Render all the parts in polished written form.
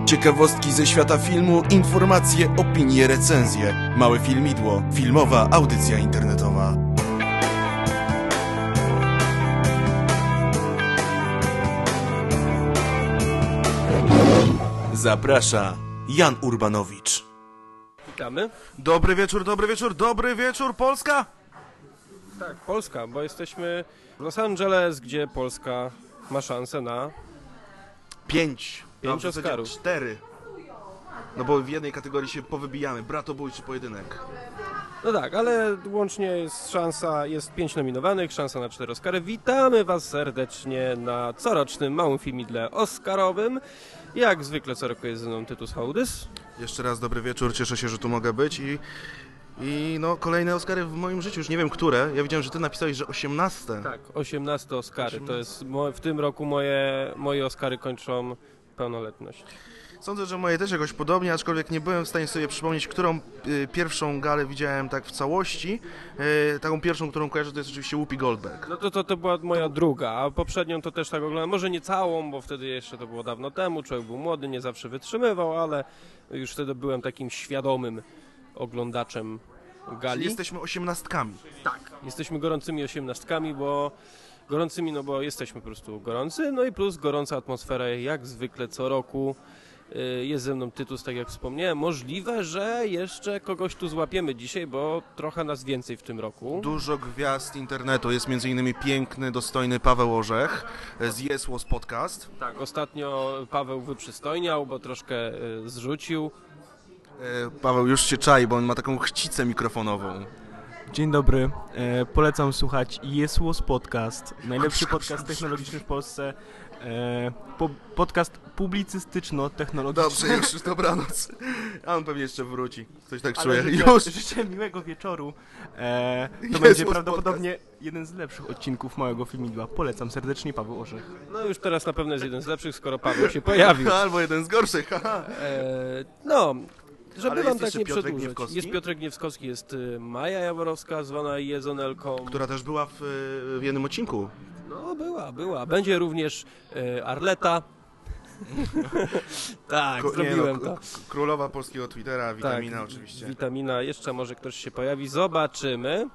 Ciekawostki ze świata filmu, informacje, opinie, recenzje. Małe Filmidło. Filmowa audycja internetowa. Zaprasza Jan Urbanowicz. Witamy. Dobry wieczór, dobry wieczór, dobry wieczór, Polska! Tak, Polska, bo jesteśmy w Los Angeles, gdzie Polska ma szansę na 5 Oscarów. 4. No bo w jednej kategorii się powybijamy, bratobójczy pojedynek. No tak, ale łącznie jest szansa, jest 5 nominowanych, szansa na 4 Oscary. Witamy Was serdecznie na corocznym Małym Filmidle Oscarowym. Jak zwykle co roku jest ze mną Tytus Hołdys. Jeszcze raz dobry wieczór, cieszę się, że tu mogę być i no kolejne Oscary w moim życiu, już nie wiem które. Ja widziałem, że Ty napisałeś, że 18. Tak, 18 Oscary. To jest w tym roku moje Oscary kończą pełnoletność. Sądzę, że moje też jakoś podobnie, aczkolwiek nie byłem w stanie sobie przypomnieć, którą pierwszą galę widziałem tak w całości. Taką pierwszą, którą kojarzę, to jest oczywiście Whoopi Goldberg. No to była moja druga, a poprzednią to też tak oglądałem, może nie całą, bo wtedy jeszcze to było dawno temu, człowiek był młody, nie zawsze wytrzymywał, ale już wtedy byłem takim świadomym oglądaczem gali. Czyli jesteśmy 18-kami. Tak. Jesteśmy gorącymi 18-kami, bo jesteśmy po prostu gorący, no i plus gorąca atmosfera jak zwykle co roku. Jest ze mną Tytus, tak jak wspomniałem. Możliwe, że jeszcze kogoś tu złapiemy dzisiaj, bo trochę nas więcej w tym roku. Dużo gwiazd internetu. Jest m.in. piękny, dostojny Paweł Orzech z Yes Was Podcast. Tak, ostatnio Paweł wyprzystojniał, bo troszkę zrzucił. Paweł już się czai, bo on ma taką chcicę mikrofonową. Dzień dobry, polecam słuchać Yes Was Podcast, najlepszy podcast technologiczny w Polsce, podcast publicystyczno-technologiczny. Dobrze, już dobranoc. A on pewnie jeszcze wróci, coś tak Ale czuję. życzę miłego wieczoru, to Yes będzie Was prawdopodobnie jeden z lepszych odcinków Małego Filmidła. Polecam serdecznie, Paweł Orzech. No już teraz na pewno jest jeden z lepszych, skoro Paweł się pojawił. Albo jeden z gorszych, haha. Żeby Ale wam jest tak jeszcze nie Piotrek przedłużać. Gniewkowski? Jest Piotrek Gniewkowski, jest Maja Jaworowska, zwana Jezonelką. Która też była w jednym odcinku. No była. Będzie również Arleta. Tak, zrobiłem to. Królowa polskiego Twittera, Witamina tak, oczywiście. Witamina, jeszcze może ktoś się pojawi, zobaczymy.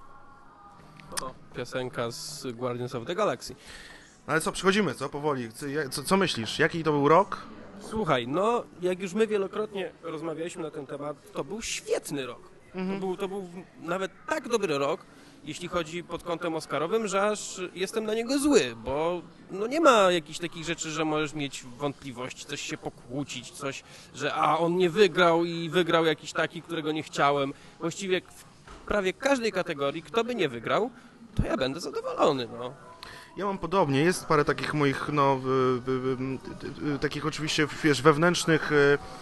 Piosenka z Guardians of the Galaxy. Ale co, przechodzimy, co? Powoli. Co myślisz? Jaki to był rok? Słuchaj, no jak już my wielokrotnie rozmawialiśmy na ten temat, to był świetny rok. To był nawet tak dobry rok, jeśli chodzi pod kątem oscarowym, że aż jestem na niego zły, bo no nie ma jakichś takich rzeczy, że możesz mieć wątpliwości, coś się pokłócić, coś, że on nie wygrał i wygrał jakiś taki, którego nie chciałem. Właściwie w prawie każdej kategorii, kto by nie wygrał, to ja będę zadowolony, no. Ja mam podobnie, jest parę takich moich, takich oczywiście, wiesz, wewnętrznych,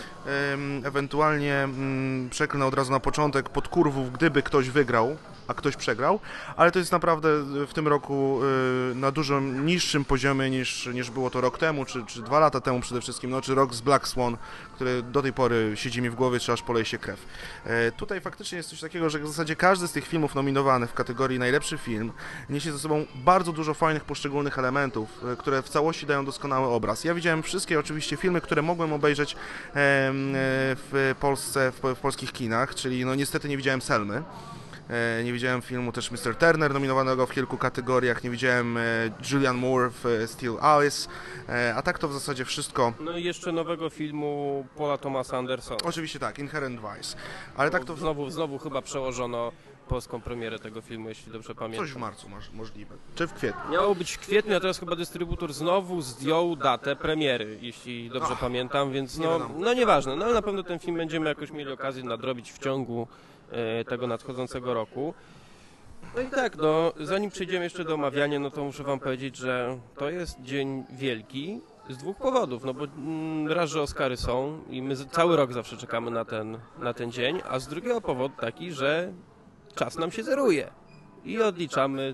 ewentualnie przeklnę od razu na początek, podkurwów, gdyby ktoś wygrał, a ktoś przegrał, ale to jest naprawdę w tym roku na dużo niższym poziomie niż było to rok temu, czy 2 lata temu przede wszystkim, czy rok z Black Swan, który do tej pory siedzi mi w głowie, czy aż poleje się krew. Tutaj faktycznie jest coś takiego, że w zasadzie każdy z tych filmów nominowanych w kategorii najlepszy film niesie ze sobą bardzo dużo fajnych, poszczególnych elementów, które w całości dają doskonały obraz. Ja widziałem wszystkie oczywiście filmy, które mogłem obejrzeć w Polsce, w polskich kinach, czyli no niestety nie widziałem Selmy. Nie widziałem filmu też Mr. Turner nominowanego w kilku kategoriach, nie widziałem Julianne Moore w Still Alice, a tak to w zasadzie wszystko. No i jeszcze nowego filmu Paula Thomasa Andersona. Oczywiście tak, Inherent Vice, ale tak to Znowu chyba przełożono polską premierę tego filmu, jeśli dobrze pamiętam. Coś w marcu możliwe, czy w kwietniu. Miało być w kwietniu, a teraz chyba dystrybutor znowu zdjął datę premiery, jeśli dobrze pamiętam, więc nieważne, no ale na pewno ten film będziemy jakoś mieli okazję nadrobić w ciągu tego nadchodzącego roku. No i tak, zanim przejdziemy jeszcze do omawiania, no to muszę wam powiedzieć, że to jest dzień wielki z 2 powodów, no bo raz, że Oscary są i my cały rok zawsze czekamy na ten dzień, a z drugiego powodu taki, że czas nam się zeruje i odliczamy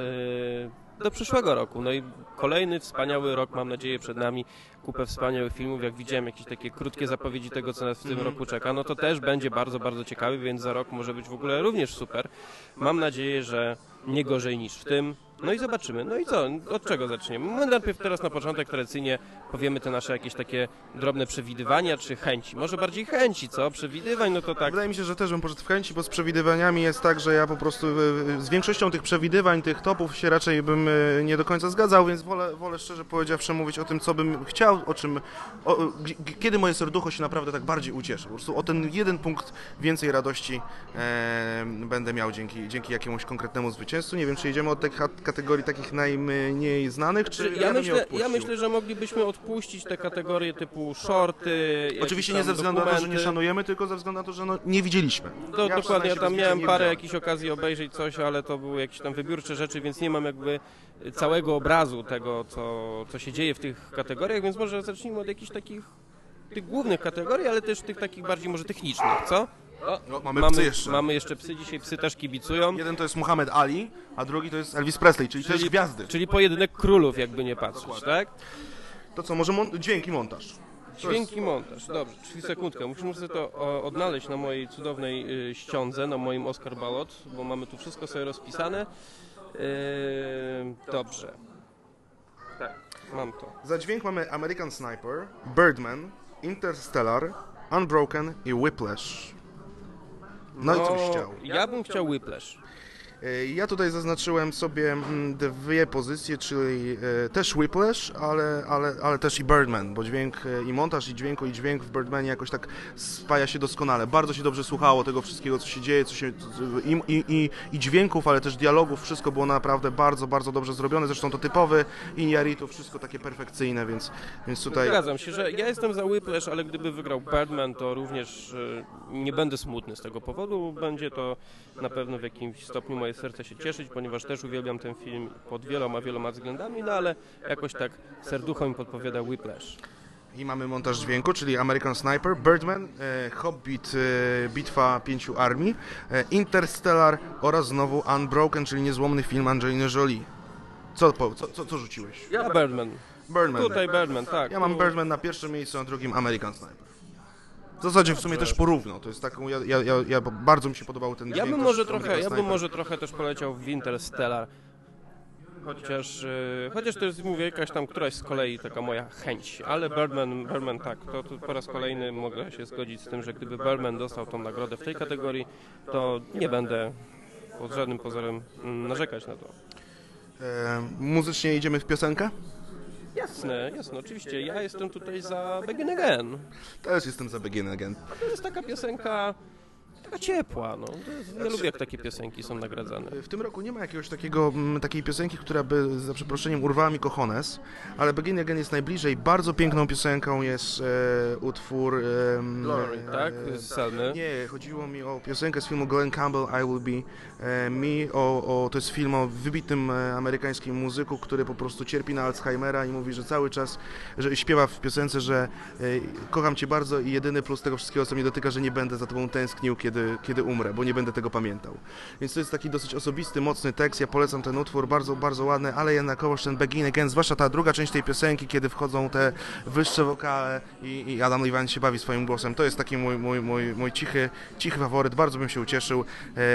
do przyszłego roku. No i kolejny wspaniały rok, mam nadzieję, przed nami. Kupę wspaniałych filmów, jak widziałem jakieś takie krótkie zapowiedzi tego, co nas w tym roku czeka, no to też będzie bardzo, bardzo ciekawy, więc za rok może być w ogóle również super. Mam nadzieję, że nie gorzej niż w tym. No i zobaczymy. No i co? Od czego zaczniemy? My najpierw teraz na początek tradycyjnie powiemy te nasze jakieś takie drobne przewidywania czy chęci. Może bardziej chęci, co? Przewidywań, no to tak. Wydaje mi się, że też bym poszedł w chęci, bo z przewidywaniami jest tak, że ja po prostu z większością tych przewidywań, tych topów się raczej bym nie do końca zgadzał, więc wolę szczerze powiedziawszy mówić o tym, co bym chciał, kiedy moje serducho się naprawdę tak bardziej ucieszy. Po prostu o ten jeden punkt więcej radości będę miał dzięki jakiemuś konkretnemu zwycięstwu. Nie wiem, czy jedziemy od tej kategorii takich najmniej znanych, czy ja myślę, że moglibyśmy odpuścić te kategorie typu shorty. Oczywiście nie ze względu na to, że nie szanujemy, tylko ze względu na to, że nie widzieliśmy. Dokładnie, ja tam miałem parę jakichś okazji obejrzeć coś, ale to były jakieś tam wybiórcze rzeczy, więc nie mam jakby całego obrazu tego, co się dzieje w tych kategoriach, więc może zacznijmy od jakichś takich tych głównych kategorii, ale też tych takich bardziej może technicznych, co? Mamy psy jeszcze. Mamy jeszcze psy, dzisiaj psy też kibicują. Jeden to jest Muhammad Ali, a drugi to jest Elvis Presley, czyli też gwiazdy. Czyli pojedynek królów, jakby nie patrzeć, dokładnie. Tak? To co, może dźwięk i montaż? Dźwięk i montaż, dobrze, czyli sekundkę, muszę sobie to odnaleźć na mojej cudownej ściądze, na moim Oscar Ballot, bo mamy tu wszystko sobie rozpisane. Dobrze. Tak, mam to. Za dźwięk mamy American Sniper, Birdman, Interstellar, Unbroken i Whiplash. No i co byś chciał? Ja bym chciał Whiplash. Ja tutaj zaznaczyłem sobie dwie pozycje, czyli też Whiplash, ale też i Birdman, bo dźwięk i montaż i dźwięk w Birdmanie jakoś tak spaja się doskonale. Bardzo się dobrze słuchało tego wszystkiego, co się dzieje, i dźwięków, ale też dialogów, wszystko było naprawdę bardzo, bardzo dobrze zrobione. Zresztą to typowy Iñárritu, wszystko takie perfekcyjne, więc tutaj... Zgadzam się, że ja jestem za Whiplash, ale gdyby wygrał Birdman, to również nie będę smutny z tego powodu. Będzie to na pewno w jakimś stopniu moje serce się cieszyć, ponieważ też uwielbiam ten film pod wieloma względami, no ale jakoś tak serducho mi podpowiada Whiplash. I mamy montaż dźwięku, czyli American Sniper, Birdman, Hobbit, Bitwa Pięciu Armii, Interstellar oraz znowu Unbroken, czyli niezłomny film Angeliny Jolie. Co rzuciłeś? Ja Birdman. Birdman. Tutaj Birdman, tak. Ja mam Birdman na pierwszym miejscu, a na drugim American Sniper. W zasadzie w sumie też porównał, to jest taką, ja bardzo mi się podobał ten dźwięk. Ja bym może trochę też poleciał w Interstellar. Chociaż to jest, mówię, jakaś tam któraś z kolei taka moja chęć, ale Birdman tak, to po raz kolejny mogę się zgodzić z tym, że gdyby Birdman dostał tą nagrodę w tej kategorii, to nie będę pod żadnym pozorem narzekać na to. Muzycznie idziemy w piosenkę? Jasne, oczywiście. Ja jestem tutaj za Begin Again. Też jestem za Begin Again. To jest taka piosenka taka ciepła, no. Ja lubię, jak takie piosenki są nagradzane. W tym roku nie ma jakiegoś takiej piosenki, która by, za przeproszeniem, urwała mi cojones, ale Begin Again jest najbliżej. Bardzo piękną piosenką jest utwór... Glory, tak? Z Selmy. Nie, chodziło mi o piosenkę z filmu Glenn Campbell, I Will Be Me. To jest film o wybitnym amerykańskim muzyku, który po prostu cierpi na Alzheimera i mówi, że cały czas, że śpiewa w piosence, że kocham cię bardzo i jedyny plus tego wszystkiego, co mnie dotyka, że nie będę za tobą tęsknił, kiedy umrę, bo nie będę tego pamiętał. Więc to jest taki dosyć osobisty, mocny tekst, ja polecam ten utwór, bardzo, bardzo ładny, ale jednakowoż ten Begin Again, zwłaszcza ta druga część tej piosenki, kiedy wchodzą te wyższe wokale i Adam Levine się bawi swoim głosem, to jest taki mój cichy faworyt, bardzo bym się ucieszył.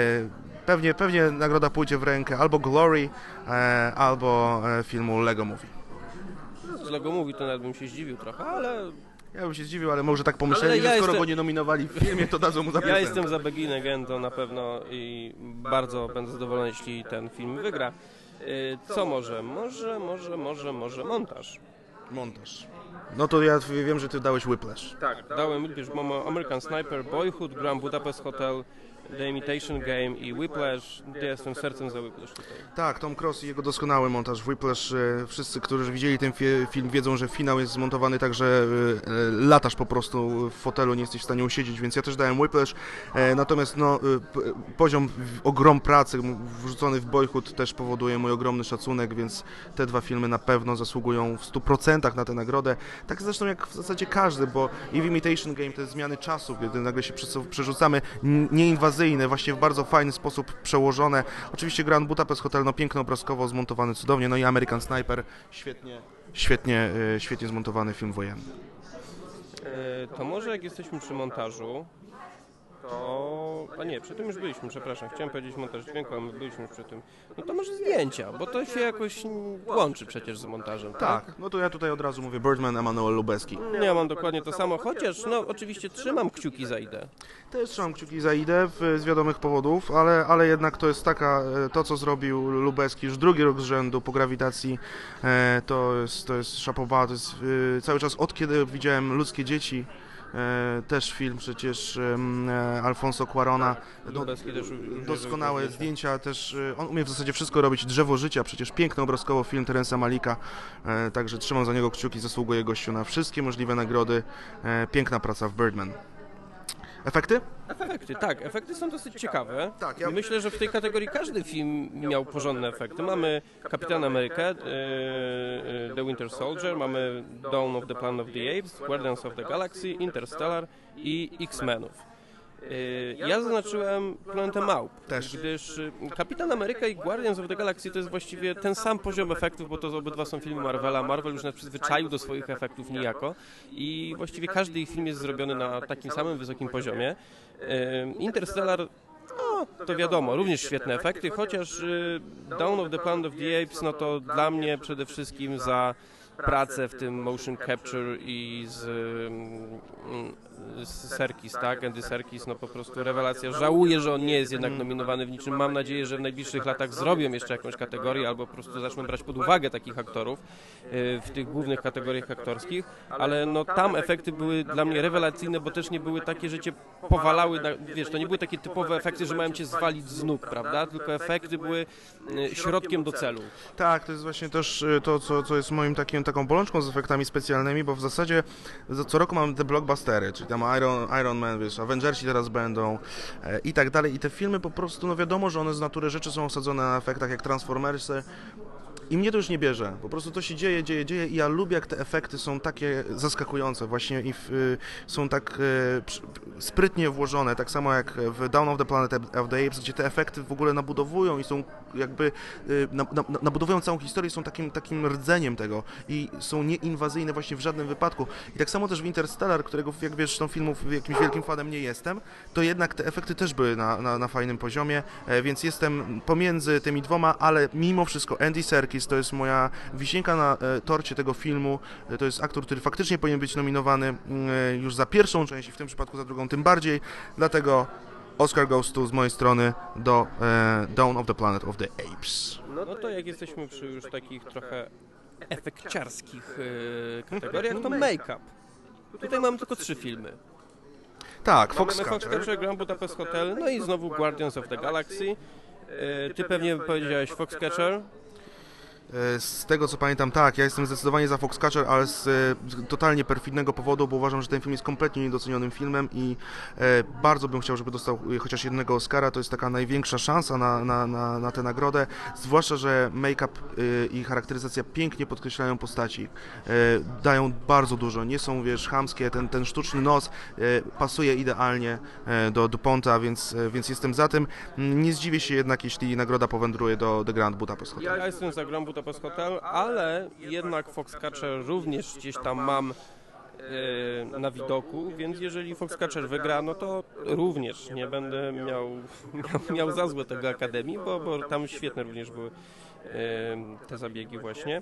Pewnie nagroda pójdzie w rękę albo Glory, albo filmu Lego Movie. Z Lego Movie to nawet bym się zdziwił trochę, ale... Ja bym się zdziwił, ale może tak pomyśleli, że skoro go nie nominowali w filmie, to dadzą mu za piosenkę. Ja jestem za Begin Again, to na pewno i bardzo będę zadowolony, jeśli ten film wygra. Co może? Może montaż. Montaż. No to ja wiem, że ty dałeś Whiplash. Tak, dałem Whiplash, bo mam American Sniper, Boyhood, Grand Budapest Hotel, The Imitation Game i Whiplash. Ja jestem sercem za Whiplash tutaj. Tak, Tom Cruise i jego doskonały montaż. Whiplash, wszyscy, którzy widzieli ten film, wiedzą, że finał jest zmontowany tak, że latasz po prostu w fotelu, nie jesteś w stanie usiedzieć, więc ja też dałem Whiplash. Natomiast no, poziom, ogrom pracy wrzucony w Boyhood też powoduje mój ogromny szacunek, więc te dwa filmy na pewno zasługują w 100% na tę nagrodę. Tak zresztą jak w zasadzie każdy, bo i w Imitation Game te zmiany czasów, kiedy nagle się przerzucamy, nieinwazyjne, właśnie w bardzo fajny sposób przełożone. Oczywiście Grand Budapest Hotel, no piękno obrazkowo zmontowany cudownie, no i American Sniper, świetnie zmontowany film wojenny. To może jak jesteśmy przy montażu, to... A nie, przy tym już byliśmy, przepraszam. Chciałem powiedzieć montaż dźwięku, ale my byliśmy już przy tym. No to może zdjęcia, bo to się jakoś łączy przecież z montażem, tak? Tak, no to ja tutaj od razu mówię Birdman, Emanuel Lubezki. Ja mam dokładnie to samo, chociaż no oczywiście trzymam kciuki za ideę. Też trzymam kciuki za idę z wiadomych powodów, ale jednak to jest to co zrobił Lubezki już drugi rok z rzędu po Grawitacji, to jest szapoba, to jest cały czas od kiedy widziałem Ludzkie dzieci, też film przecież Alfonso Cuarona, Lubezki też doskonałe zdjęcia, też on umie w zasadzie wszystko robić, Drzewo życia, przecież piękny obrazkowo film Terensa Malika, także trzymam za niego kciuki, zasługuje gościu na wszystkie możliwe nagrody, piękna praca w Birdman. Efekty? Efekty, tak. Efekty są dosyć ciekawe. Tak, Myślę, że w tej kategorii każdy film miał porządne efekty. Mamy Kapitan Amerykę, The Winter Soldier, mamy Dawn of the Planet of the Apes, Guardians of the Galaxy, Interstellar i X-Menów. Ja zaznaczyłem Planetę Małp, Też. gdyż Kapitan Ameryka i Guardians of the Galaxy to jest właściwie ten sam poziom efektów, bo to obydwa są filmy Marvela. Marvel już nas przyzwyczaił do swoich efektów niejako i właściwie każdy ich film jest zrobiony na takim samym wysokim poziomie. Interstellar, no to wiadomo, również świetne efekty, chociaż Dawn of the Planet of the Apes, no to dla mnie przede wszystkim za pracę w tym motion capture i z Serkis, tak? Andy Serkis, no po prostu rewelacja. Żałuję, że on nie jest jednak nominowany w niczym. Mam nadzieję, że w najbliższych latach zrobią jeszcze jakąś kategorię albo po prostu zaczną brać pod uwagę takich aktorów w tych głównych kategoriach aktorskich, ale no tam efekty były dla mnie rewelacyjne, bo też nie były takie, że cię powalały, wiesz, to nie były takie typowe efekty, że mają cię zwalić z nóg, prawda? Tylko efekty były środkiem do celu. Tak, to jest właśnie też to, co jest moim taką bolączką z efektami specjalnymi, bo w zasadzie co roku mamy te blockbustery, czyli tam Iron Man, wiesz, Avengersi teraz będą i tak dalej. I te filmy po prostu, no wiadomo, że one z natury rzeczy są osadzone na efektach jak Transformersy. I mnie to już nie bierze, po prostu to się dzieje i ja lubię, jak te efekty są takie zaskakujące właśnie i są tak sprytnie włożone, tak samo jak w Dawn of the Planet of the Apes, gdzie te efekty w ogóle nabudowują i są jakby, nabudowują całą historię, są takim rdzeniem tego i są nieinwazyjne właśnie w żadnym wypadku. I tak samo też w Interstellar, którego, jak wiesz, tą filmów jakimś wielkim fanem nie jestem, to jednak te efekty też były na fajnym poziomie, więc jestem pomiędzy tymi dwoma, ale mimo wszystko Andy Serkis to jest moja wisienka na torcie tego filmu. To jest aktor, który faktycznie powinien być nominowany już za pierwszą część i w tym przypadku za drugą tym bardziej. Dlatego Oscar goes to z mojej strony do Dawn of the Planet of the Apes. No to jak jesteśmy przy już takich trochę efekciarskich kategoriach, to make-up. Tutaj mamy tylko 3 filmy. Tak, Mamy Foxcatcher, Grand Budapest Hotel, no i znowu Guardians of the Galaxy. Ty pewnie powiedziałeś Foxcatcher. Z tego co pamiętam, tak, ja jestem zdecydowanie za Foxcatcher, ale z totalnie perfidnego powodu, bo uważam, że ten film jest kompletnie niedocenionym filmem i bardzo bym chciał, żeby dostał chociaż jednego Oscara. To jest taka największa szansa na tę nagrodę, zwłaszcza, że make-up i charakteryzacja pięknie podkreślają postaci, dają bardzo dużo, nie są, wiesz, chamskie, ten sztuczny nos pasuje idealnie do Duponta, więc jestem za tym. Nie zdziwię się jednak, jeśli nagroda powędruje do The Grand Budapest Hotel. Ja jestem za Grand Budapest Hotel, ale jednak Foxcatcher również gdzieś tam mam na widoku, więc jeżeli Foxcatcher wygra, no to również nie będę miał za złe tego Akademii, bo tam świetne również były te zabiegi właśnie.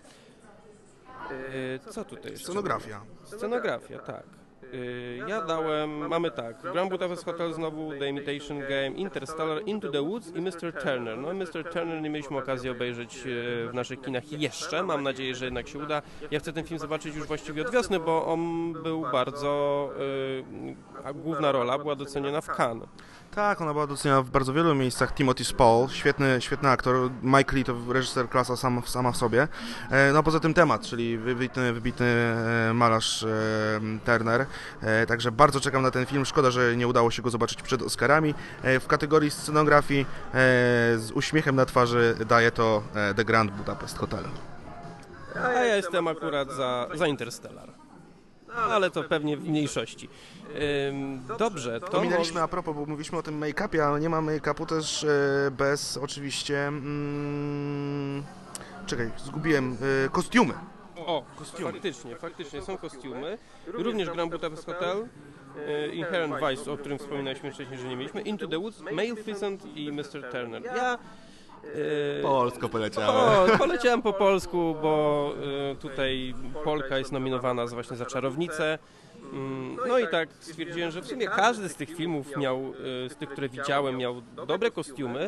Co tutaj jeszcze? Scenografia, tak. Ja dałem, mamy tak, Grand Budapest Hotel znowu, The Imitation Game, Interstellar, Into the Woods i Mr. Turner. No Mr. Turner nie mieliśmy okazji obejrzeć w naszych kinach jeszcze, mam nadzieję, że jednak się uda. Ja chcę ten film zobaczyć już właściwie od wiosny, bo on był bardzo, a główna rola była doceniona w Cannes. Tak, ona była doceniana w bardzo wielu miejscach. Timothy Spall, świetny aktor. Mike Lee to reżyser klasa sama w sobie. No poza tym temat, czyli wybitny malarz Turner. Także bardzo czekam na ten film. Szkoda, że nie udało się go zobaczyć przed Oscarami. W kategorii scenografii z uśmiechem na twarzy daje to The Grand Budapest Hotel. A ja jestem akurat za Interstellar. Ale to pewnie w mniejszości. Dobrze, to Pominęliśmy a propos, bo mówiliśmy o tym make-upie, ale nie ma make-upu też bez oczywiście... czekaj, zgubiłem. Kostiumy. Faktycznie są kostiumy. Również Grand Budapest Hotel. Inherent Vice, o którym wspominaliśmy wcześniej, że nie mieliśmy, Into the Woods, Maleficent i Mr. Turner. Ja Polsko poleciałem. poleciałem po polsku, bo tutaj Polka jest nominowana właśnie za Czarownicę. No i tak stwierdziłem, że w sumie każdy z tych filmów miał, z tych, które widziałem, miał dobre kostiumy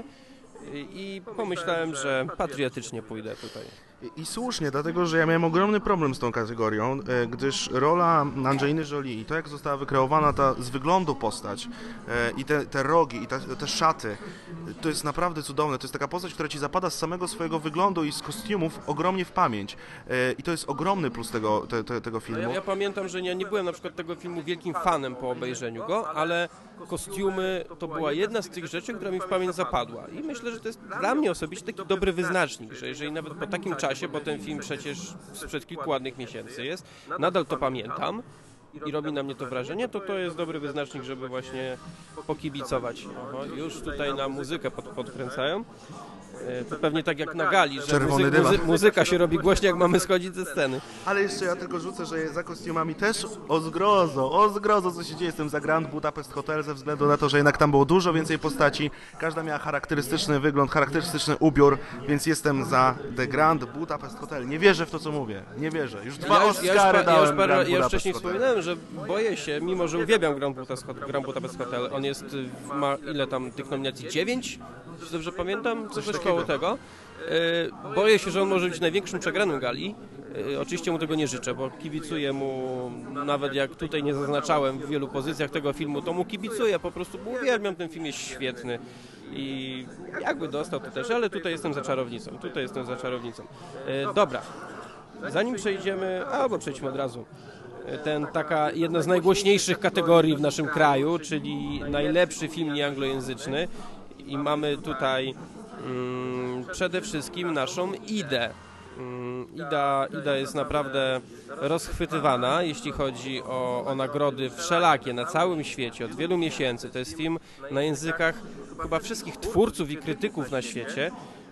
i pomyślałem, że patriotycznie pójdę tutaj. I słusznie, dlatego że ja miałem ogromny problem z tą kategorią, gdyż rola Angeliny Jolie i to, jak została wykreowana ta z wyglądu postać i te rogi i te szaty, to jest naprawdę cudowne. To jest taka postać, która ci zapada z samego swojego wyglądu i z kostiumów ogromnie w pamięć. I to jest ogromny plus tego filmu. Ja pamiętam, że ja nie byłem na przykład tego filmu wielkim fanem po obejrzeniu go, ale kostiumy to była jedna z tych rzeczy, która mi w pamięć zapadła. I myślę, że to jest dla mnie osobiście taki dobry wyznacznik, że jeżeli nawet po takim czasie, bo ten film przecież sprzed kilku ładnych miesięcy jest, nadal to pamiętam i robi na mnie to wrażenie, to jest dobry wyznacznik, żeby właśnie pokibicować. Oho, już tutaj na muzykę podkręcają. To pewnie tak jak na gali, że muzyka się robi głośniej, jak mamy schodzić ze sceny. Ale jeszcze ja tylko rzucę, że za kostiumami też o zgrozo, co się dzieje z tym za Grand Budapest Hotel, ze względu na to, że jednak tam było dużo więcej postaci, każda miała charakterystyczny wygląd, charakterystyczny ubiór, więc jestem za The Grand Budapest Hotel. Nie wierzę w to, co mówię, nie wierzę. Już dwa Oscary dałem Grand Ja już Budapest wcześniej Hotel. wspominałem, że boję się, mimo że uwielbiam Grand Budapest Hotel, on jest, ma ile tam tych nominacji? 9? Jeśli dobrze pamiętam? Coś koło tego. Boję się, że on może być największym przegranym gali. Oczywiście mu tego nie życzę, bo kibicuję mu, nawet jak tutaj nie zaznaczałem w wielu pozycjach tego filmu, to mu kibicuję po prostu, bo uwielbiam, ten film jest świetny i jakby dostał to też, ale tutaj jestem za Czarownicą. Dobra, zanim przejdziemy, albo przejdźmy od razu, taka jedna z najgłośniejszych kategorii w naszym kraju, czyli najlepszy film nieanglojęzyczny i mamy tutaj przede wszystkim naszą Idę. Ida jest naprawdę rozchwytywana, jeśli chodzi o nagrody wszelakie na całym świecie od wielu miesięcy. To jest film na językach chyba wszystkich twórców i krytyków na świecie.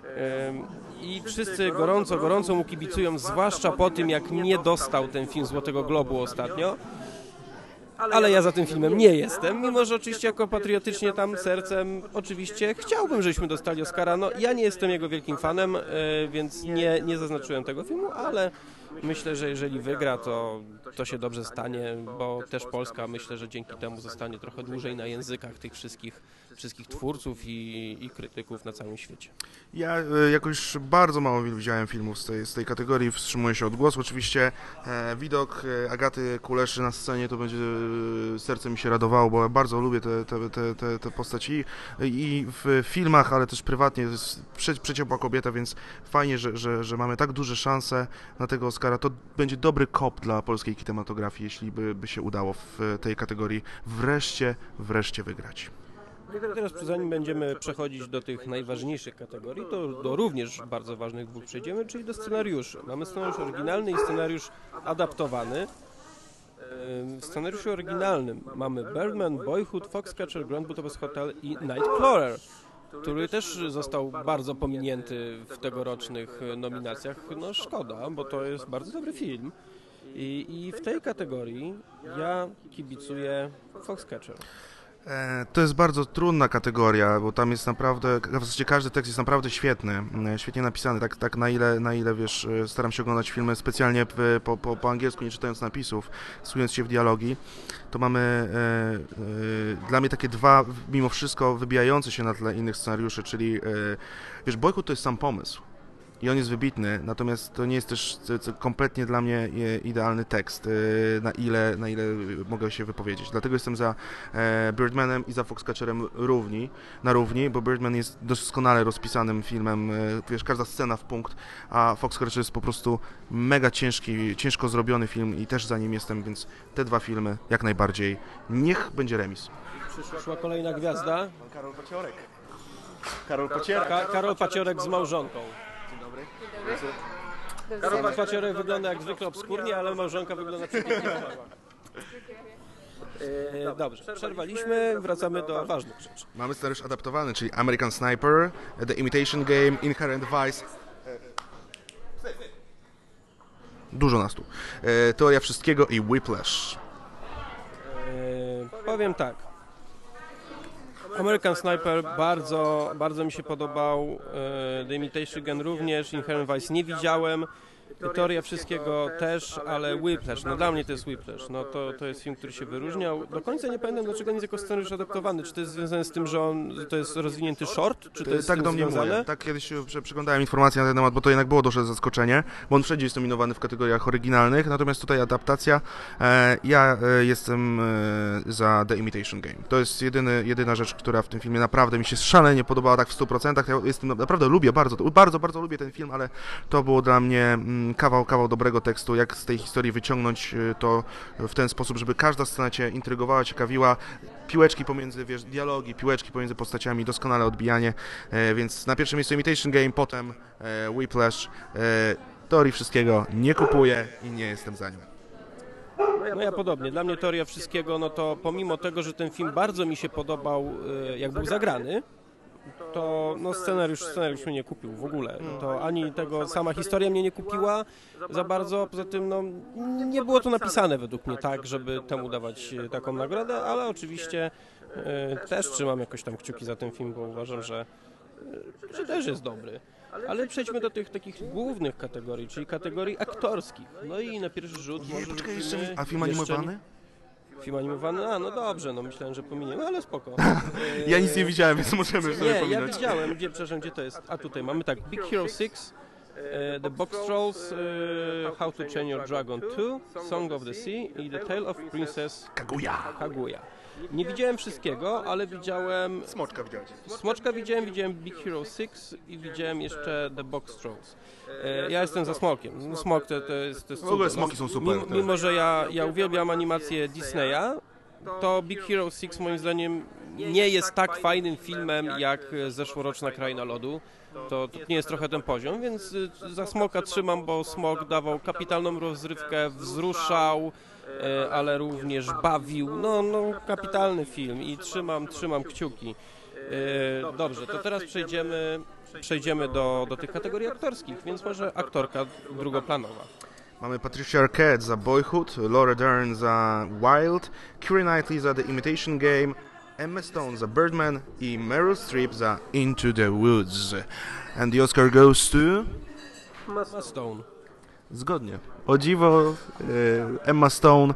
I wszyscy gorąco mu kibicują, zwłaszcza po tym, jak nie dostał ten film Złotego Globu ostatnio. Ale ja za tym filmem nie jestem, mimo że oczywiście jako patriotycznie tam sercem oczywiście chciałbym, żebyśmy dostali Oscara. No ja nie jestem jego wielkim fanem, więc nie zaznaczyłem tego filmu, ale myślę, że jeżeli wygra, to się dobrze stanie, bo też Polska myślę, że dzięki temu zostanie trochę dłużej na językach tych wszystkich twórców i krytyków na całym świecie. Ja jakoś bardzo mało widziałem filmów z tej kategorii, wstrzymuję się od głosu. Oczywiście widok Agaty Kuleszy na scenie to będzie, serce mi się radowało, bo ja bardzo lubię te postaci i w filmach, ale też prywatnie. To jest przeciepła kobieta, więc fajnie, że mamy tak duże szanse na tego Oscara. To będzie dobry kop dla polskiej kinematografii, jeśli by się udało w tej kategorii wreszcie wygrać. Teraz zanim będziemy przechodzić do tych najważniejszych kategorii, to do również bardzo ważnych dwóch przejdziemy, czyli do scenariuszy. Mamy scenariusz oryginalny i scenariusz adaptowany. W scenariuszu oryginalnym mamy Birdman, Boyhood, Foxcatcher, Grand Budapest Hotel i Nightcrawler, który też został bardzo pominięty w tegorocznych nominacjach. No szkoda, bo to jest bardzo dobry film. I w tej kategorii ja kibicuję Foxcatcher. To jest bardzo trudna kategoria, bo tam jest naprawdę, w zasadzie każdy tekst jest naprawdę świetny, świetnie napisany, tak na ile wiesz, staram się oglądać filmy specjalnie po angielsku, nie czytając napisów, wsłuchując się w dialogi, to mamy dla mnie takie dwa, mimo wszystko, wybijające się na tle innych scenariuszy, czyli wiesz, Boyhood to jest sam pomysł. I on jest wybitny, natomiast to nie jest też kompletnie dla mnie idealny tekst, na ile mogę się wypowiedzieć. Dlatego jestem za Birdmanem i za Foxcatcherem na równi, bo Birdman jest doskonale rozpisanym filmem, wiesz, każda scena w punkt, a Foxcatcher jest po prostu mega ciężko zrobiony film i też za nim jestem, więc te dwa filmy jak najbardziej. Niech będzie remis. Przyszła kolejna gwiazda. Karol Paciorek z małżonką. Karol Paciorek wygląda jak zwykle obskurnie, ale małżonka wygląda przepięknie. Dobrze, przerwaliśmy, wracamy do ważnych rzeczy. Mamy scenariusz adaptowany, czyli American Sniper, The Imitation Game, Inherent Vice. Dużo nas tu. Teoria Wszystkiego i Whiplash. Powiem tak. American Sniper bardzo mi się podobał, The Imitation Game również, Inherent Vice nie widziałem, Teoria Wszystkiego też, ale Whiplash, no dla mnie to jest Whiplash, no to jest film, który się wyróżniał. Do końca nie pamiętam, dlaczego nie jest jako scenariusz adaptowany, czy to jest związane z tym, że to jest rozwinięty short, czy to jest tak z tym domniemuję. związane? Tak kiedyś przeglądałem informacje na ten temat, bo to jednak było duże zaskoczenie, bo on wszędzie jest nominowany w kategoriach oryginalnych, natomiast tutaj adaptacja. Ja jestem za The Imitation Game. To jest jedyna rzecz, która w tym filmie naprawdę mi się szalenie podobała tak w 100%. Ja naprawdę lubię bardzo lubię ten film, ale to było dla mnie kawał dobrego tekstu, jak z tej historii wyciągnąć to w ten sposób, żeby każda scena cię intrygowała, ciekawiła, piłeczki pomiędzy, dialogi, piłeczki pomiędzy postaciami, doskonale odbijanie, więc na pierwszym miejscu Imitation Game, potem Whiplash, Teorii Wszystkiego nie kupuję i nie jestem za nią. No ja podobnie. Dla mnie Teoria Wszystkiego, no to pomimo tego, że ten film bardzo mi się podobał, jak był zagrany, to no scenariusz mnie nie kupił w ogóle. To ani tego, sama historia mnie nie kupiła za bardzo, poza tym no, nie było to napisane według mnie tak, żeby temu dawać taką nagrodę, ale oczywiście też trzymam jakoś tam kciuki za ten film, bo uważam, że też jest dobry. Ale przejdźmy do tych takich głównych kategorii, czyli kategorii aktorskich. No i na pierwszy rzut może Poczekaj, rzucimy a film animowany? Film animowany? A, no dobrze, no myślałem, że pominiemy, ale spoko. Ja nic nie widziałem, więc możemy sobie Nie, pominąć. ja widziałem, gdzie to jest? A tutaj mamy tak, Big Hero 6, The Box Trolls, How to Train Your Dragon 2, Song of the Sea i The Tale of Princess Kaguya. Nie widziałem wszystkiego, ale widziałem... Smoczka widziałem Big Hero 6 i widziałem jeszcze The Box Trolls. Ja jestem za Smokiem. No, Smok to jest W ogóle cudo. smoki są super. Mimo, że ja uwielbiam animację Disneya, to Big Hero 6 moim zdaniem nie jest tak fajnym filmem jak zeszłoroczna Kraina Lodu. To nie jest trochę ten poziom, więc za Smoka trzymam, bo Smok dawał kapitalną rozrywkę, wzruszał, ale również bawił. No kapitalny film i trzymam kciuki. Dobrze, to teraz przejdziemy do tych kategorii aktorskich, więc może aktorka drugoplanowa. Mamy Patricia Arquette za Boyhood, Laura Dern za Wild, Keira Knightley za The Imitation Game, Emma Stone za Birdman i Meryl Streep za Into the Woods. And the Oscar goes to... Emma Stone. Zgodnie. O dziwo, Emma Stone,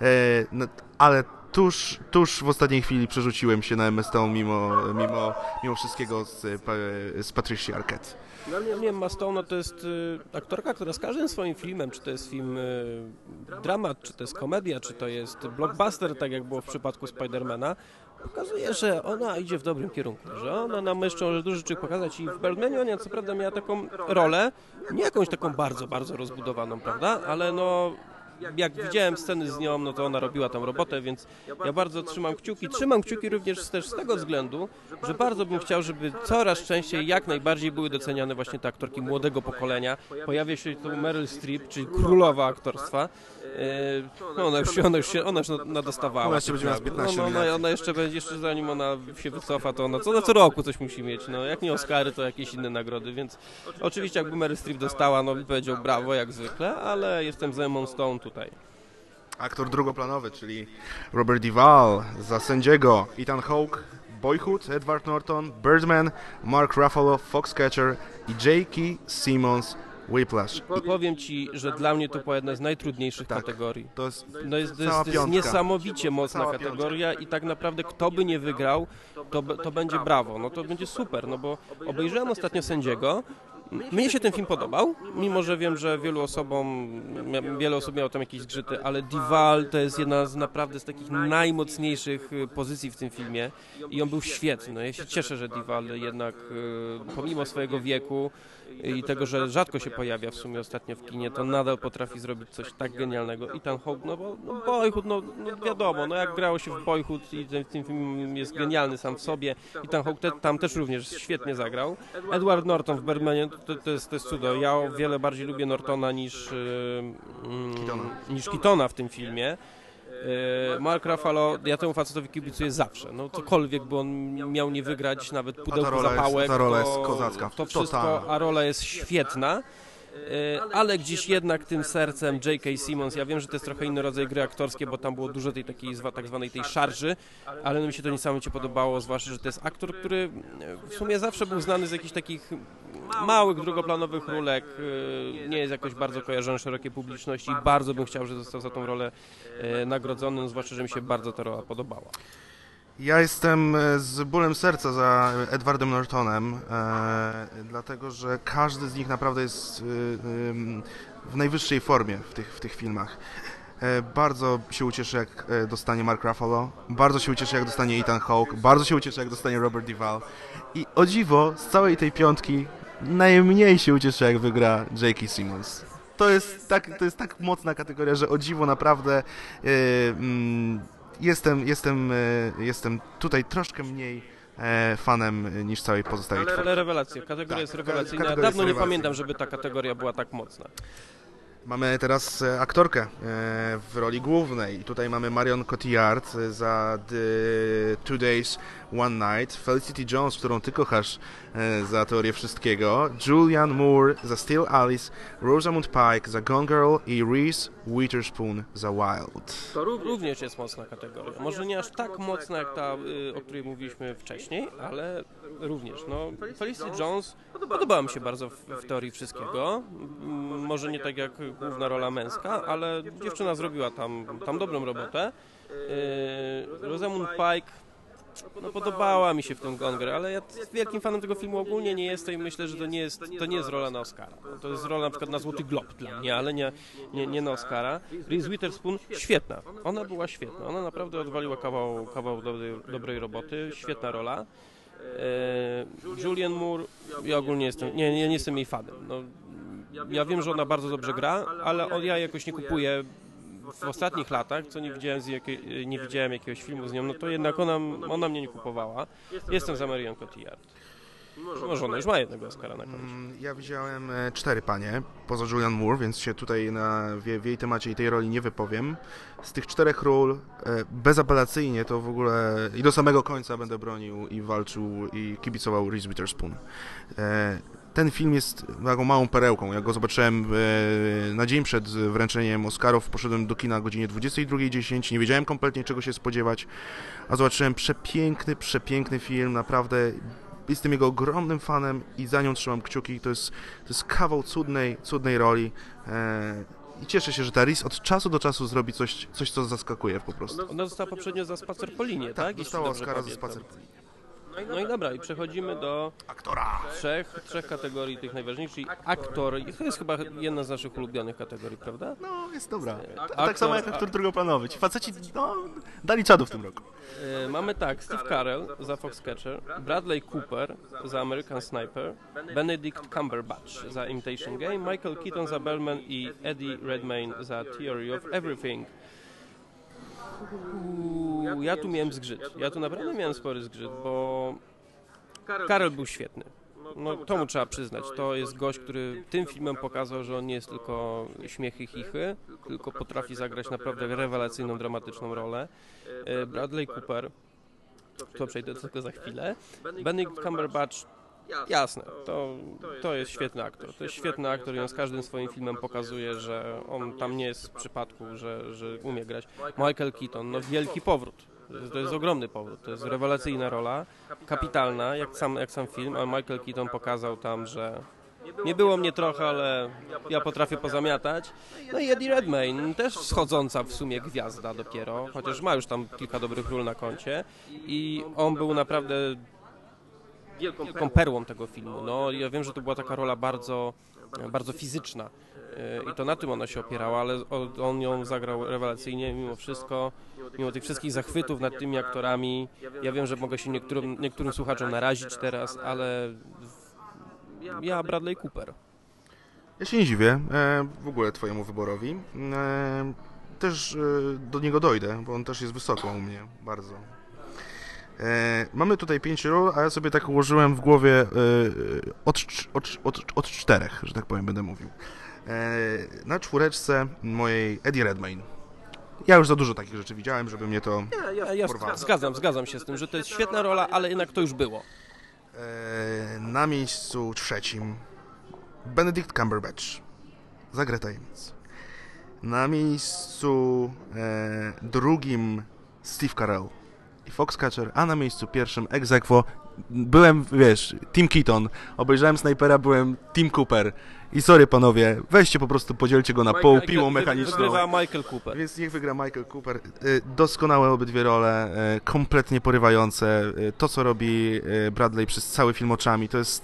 ale tuż w ostatniej chwili przerzuciłem się na Emma Stone mimo wszystkiego z Patricia Arquette. Dla mnie Emma Stone to jest aktorka, która z każdym swoim filmem, czy to jest film dramat, czy to jest komedia, czy to jest blockbuster, tak jak było w przypadku Spidermana, pokazuje, że ona idzie w dobrym kierunku, że ona nam jeszcze może dużo rzeczy pokazać i w Birdmanie ona co prawda miała taką rolę, nie jakąś taką bardzo rozbudowaną, prawda, ale no jak widziałem sceny z nią, no to ona robiła tam robotę, więc ja bardzo trzymam kciuki. Trzymam kciuki również też z tego względu, że bardzo bym chciał, żeby coraz częściej, jak najbardziej były doceniane właśnie te aktorki młodego pokolenia. Pojawia się tu Meryl Streep, czyli królowa aktorstwa. No ona już nadostawała. Ona jeszcze będzie miała 15 lat. Ona jeszcze zanim ona się wycofa, to ona co roku coś musi mieć. No jak nie Oscary, to jakieś inne nagrody, więc oczywiście jakby Meryl Streep dostała, no bym powiedział brawo jak zwykle, ale jestem za Emma Stone tutaj. Aktor drugoplanowy, czyli Robert Duvall za Sędziego, Ethan Hawke, Boyhood, Edward Norton, Birdman, Mark Ruffalo, Foxcatcher i J.K. Simmons, Whiplash. I powiem Ci, że dla mnie to była jedna z najtrudniejszych kategorii. To jest niesamowicie mocna kategoria i tak naprawdę kto by nie wygrał, to będzie brawo, no to będzie super, no bo obejrzałem ostatnio Sędziego. Mnie się ten film podobał, mimo że wiem, że wiele osób miało tam jakieś zgrzyty, ale Duvall to jest jedna z naprawdę z takich najmocniejszych pozycji w tym filmie i on był świetny. No, ja się cieszę, że Duvall jednak pomimo swojego wieku i tego, że rzadko się pojawia w sumie ostatnio w kinie, to nadal potrafi zrobić coś tak genialnego. Ethan Hawke, Boyhood, wiadomo, jak grało się w Boyhood i ten film jest genialny sam w sobie. Ethan Hawke tam też również świetnie zagrał. Edward Norton w Birdmanie to jest cudo. Ja o wiele bardziej lubię Nortona niż Keatona w tym filmie. Mark Ruffalo, ja temu facetowi kibicuję zawsze. No cokolwiek by on miał nie wygrać, nawet pudełko zapałek, ta rola jest kozacka. To wszystko, a rola jest świetna. ale gdzieś jednak tym sercem J.K. Simmons, ja wiem, że to jest trochę inny rodzaj gry aktorskiej, bo tam było dużo tej takiej tak zwanej tej szarży, ale mi się to niesamowicie podobało, zwłaszcza, że to jest aktor, który w sumie zawsze był znany z jakichś takich małych, drugoplanowych rólek, nie jest jakoś bardzo kojarzony szerokiej publiczności i bardzo bym chciał, żeby został za tą rolę nagrodzony, no, zwłaszcza, że mi się bardzo ta rola podobała. Ja jestem z bólem serca za Edwardem Nortonem, dlatego że każdy z nich naprawdę jest w najwyższej formie w tych filmach. Bardzo się ucieszę, jak dostanie Mark Ruffalo, bardzo się ucieszę, jak dostanie Ethan Hawke, bardzo się ucieszę, jak dostanie Robert Duvall. I o dziwo, z całej tej piątki najmniej się ucieszę, jak wygra J.K. Simmons. To jest tak mocna kategoria, że o dziwo naprawdę jestem tutaj troszkę mniej fanem niż całej pozostałej czwórki. Ale rewelacja, kategoria jest rewelacyjna. Kategoria Dawno jest nie rewelacyjna. pamiętam, żeby ta kategoria była tak mocna. Mamy teraz aktorkę w roli głównej. Tutaj mamy Marion Cotillard za The 2 Days, One Night, Felicity Jones, którą ty kochasz za Teorię Wszystkiego, Julianne Moore za Still Alice, Rosamund Pike za Gone Girl i Reese Witherspoon za Wild. To również jest mocna kategoria. Może nie aż tak mocna jak ta, o której mówiliśmy wcześniej, ale również. No, Felicity Jones podobała mi się bardzo w Teorii Wszystkiego. Może nie tak jak główna rola męska, ale dziewczyna zrobiła tam dobrą robotę. Rosamund Pike podobała mi się w tym Gone Girl, ale ja wielkim fanem tego filmu ogólnie nie jestem i myślę, że to nie jest rola na Oscara. To jest rola na przykład na Złoty Glob dla mnie, ale nie na Oscara. Reese Witherspoon świetna. Ona była świetna. Ona naprawdę odwaliła kawał dobrej roboty. Świetna rola. Julianne Moore, ja ogólnie nie jestem jej fanem. No, ja wiem, że ona bardzo dobrze gra, ale ja jakoś nie kupuję w ostatnich latach, co nie widziałem jakiegoś filmu z nią, no to jednak ona mnie nie kupowała. Jestem za Marion Cotillard. Może ona już ma jednego Oscara na koncie. Ja widziałem 4 panie, poza Julianne Moore, więc się tutaj w jej temacie i tej roli nie wypowiem. Z tych 4 ról bezapelacyjnie to w ogóle i do samego końca będę bronił i walczył i kibicował Reese Witherspoon. Ten film jest taką małą perełką. Ja go zobaczyłem na dzień przed wręczeniem Oscarów. Poszedłem do kina o godzinie 22:10. Nie wiedziałem kompletnie, czego się spodziewać. A zobaczyłem przepiękny film. Naprawdę jestem jego ogromnym fanem i za nią trzymam kciuki. To jest kawał cudnej roli. I cieszę się, że ta Reese od czasu do czasu zrobi coś, co zaskakuje po prostu. Ona została poprzednio za Spacer po linie, tak? Dostała Oscara za Spacer po linie. No i dobra, i przechodzimy do aktora. Trzech kategorii tych najważniejszych, czyli aktor. To jest chyba jedna z naszych ulubionych kategorii, prawda? No, jest dobra. Aktor, Tak samo jak aktor drugoplanowy. Ci faceci, dali czadu w tym roku. Mamy tak, Steve Carell za Foxcatcher, Bradley Cooper za American Sniper, Benedict Cumberbatch za Imitation Game, Michael Keaton za Bellman i Eddie Redmayne za Theory of Everything. Ja tu miałem zgrzyt. Ja tu naprawdę miałem spory zgrzyt, bo Carell był świetny. No, to mu trzeba przyznać. To jest gość, który tym filmem pokazał, że on nie jest tylko śmiechy, chichy, tylko potrafi zagrać naprawdę rewelacyjną, dramatyczną rolę. Bradley Cooper, to przejdę do tego za chwilę. Benedict Cumberbatch, jasne, to jest świetny aktor. To jest świetny aktor i on z każdym swoim filmem pokazuje, że on tam nie jest z przypadku, że umie grać. Michael Keaton, no wielki powrót. To jest ogromny powrót. To jest rewelacyjna rola, kapitalna, jak sam film, a Michael Keaton pokazał tam, że nie było mnie trochę, ale ja potrafię pozamiatać. No i Eddie Redmayne, też schodząca w sumie gwiazda dopiero, chociaż ma już tam kilka dobrych ról na koncie i on był naprawdę wielką perłą tego filmu. No, ja wiem, że to była taka rola bardzo fizyczna i to na tym ona się opierała, ale on ją zagrał rewelacyjnie mimo wszystko, mimo tych wszystkich zachwytów nad tymi aktorami. Ja wiem, że mogę się niektórym słuchaczom narazić teraz, ale ja Bradley Cooper. Ja się nie dziwię w ogóle twojemu wyborowi. Też do niego dojdę, bo on też jest wysoko u mnie, bardzo. Mamy tutaj 5 ról, a ja sobie tak ułożyłem w głowie od 4, że tak powiem, będę mówił. Na czwóreczce mojej Eddie Redmayne. Ja już za dużo takich rzeczy widziałem, żeby mnie to porwało. Zgadzam się z tym, że to jest świetna rola, ale jednak to już było. Na miejscu 3 Benedict Cumberbatch za Grę Tajemnic. Na miejscu drugim Steve Carell i Foxcatcher, a na miejscu pierwszym ex aequo byłem, wiesz, Tim Keaton, obejrzałem Snajpera, byłem Tim Cooper. I sorry panowie, weźcie po prostu, podzielcie go na pół, piłą mechaniczną. Wygrywa Michael Cooper. Więc niech wygra Michael Cooper. Doskonałe obydwie role, kompletnie porywające. To, co robi Bradley przez cały film oczami,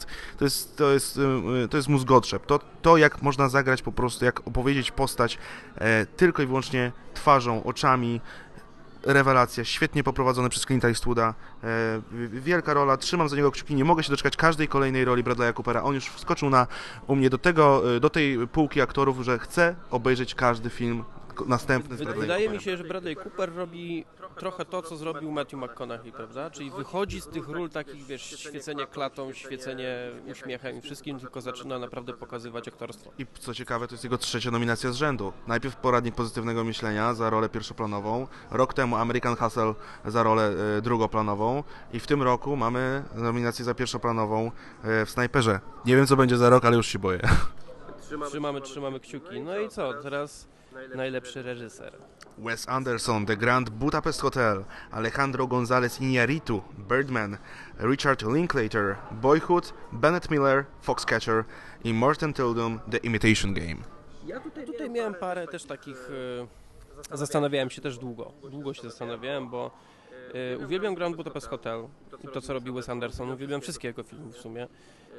to jest mózgotrzep. To, jak można zagrać po prostu, jak opowiedzieć postać tylko i wyłącznie twarzą, oczami. Rewelacja, świetnie poprowadzone przez Clint'a Eastwooda, wielka rola, trzymam za niego kciuki, nie mogę się doczekać każdej kolejnej roli Bradley'a Coopera, on już wskoczył u mnie do tej półki aktorów, że chcę obejrzeć każdy film następny z Bradley'em Wydaje Cooperem. mi się, że Bradley Cooper robi trochę to, co zrobił Matthew McConaughey, prawda? Czyli wychodzi z tych ról takich, wiesz, świecenie klatą, świecenie uśmiechem i wszystkim, tylko zaczyna naprawdę pokazywać aktorstwo. I co ciekawe, to jest jego trzecia nominacja z rzędu. Najpierw Poradnik Pozytywnego Myślenia za rolę pierwszoplanową, rok temu American Hustle za rolę drugoplanową i w tym roku mamy nominację za pierwszoplanową w Snajperze. Nie wiem, co będzie za rok, ale już się boję. Trzymamy kciuki. No i co? Teraz najlepszy reżyser. Wes Anderson, The Grand Budapest Hotel, Alejandro González Iñárritu, Birdman, Richard Linklater, Boyhood, Bennett Miller, Foxcatcher i Morten Tyldum, The Imitation Game. Ja tutaj miałem parę też takich... Zastanawiałem się też długo się zastanawiałem, bo uwielbiam Grand Budapest Hotel i to, co robi Wes Anderson, uwielbiam wszystkie jego filmy w sumie.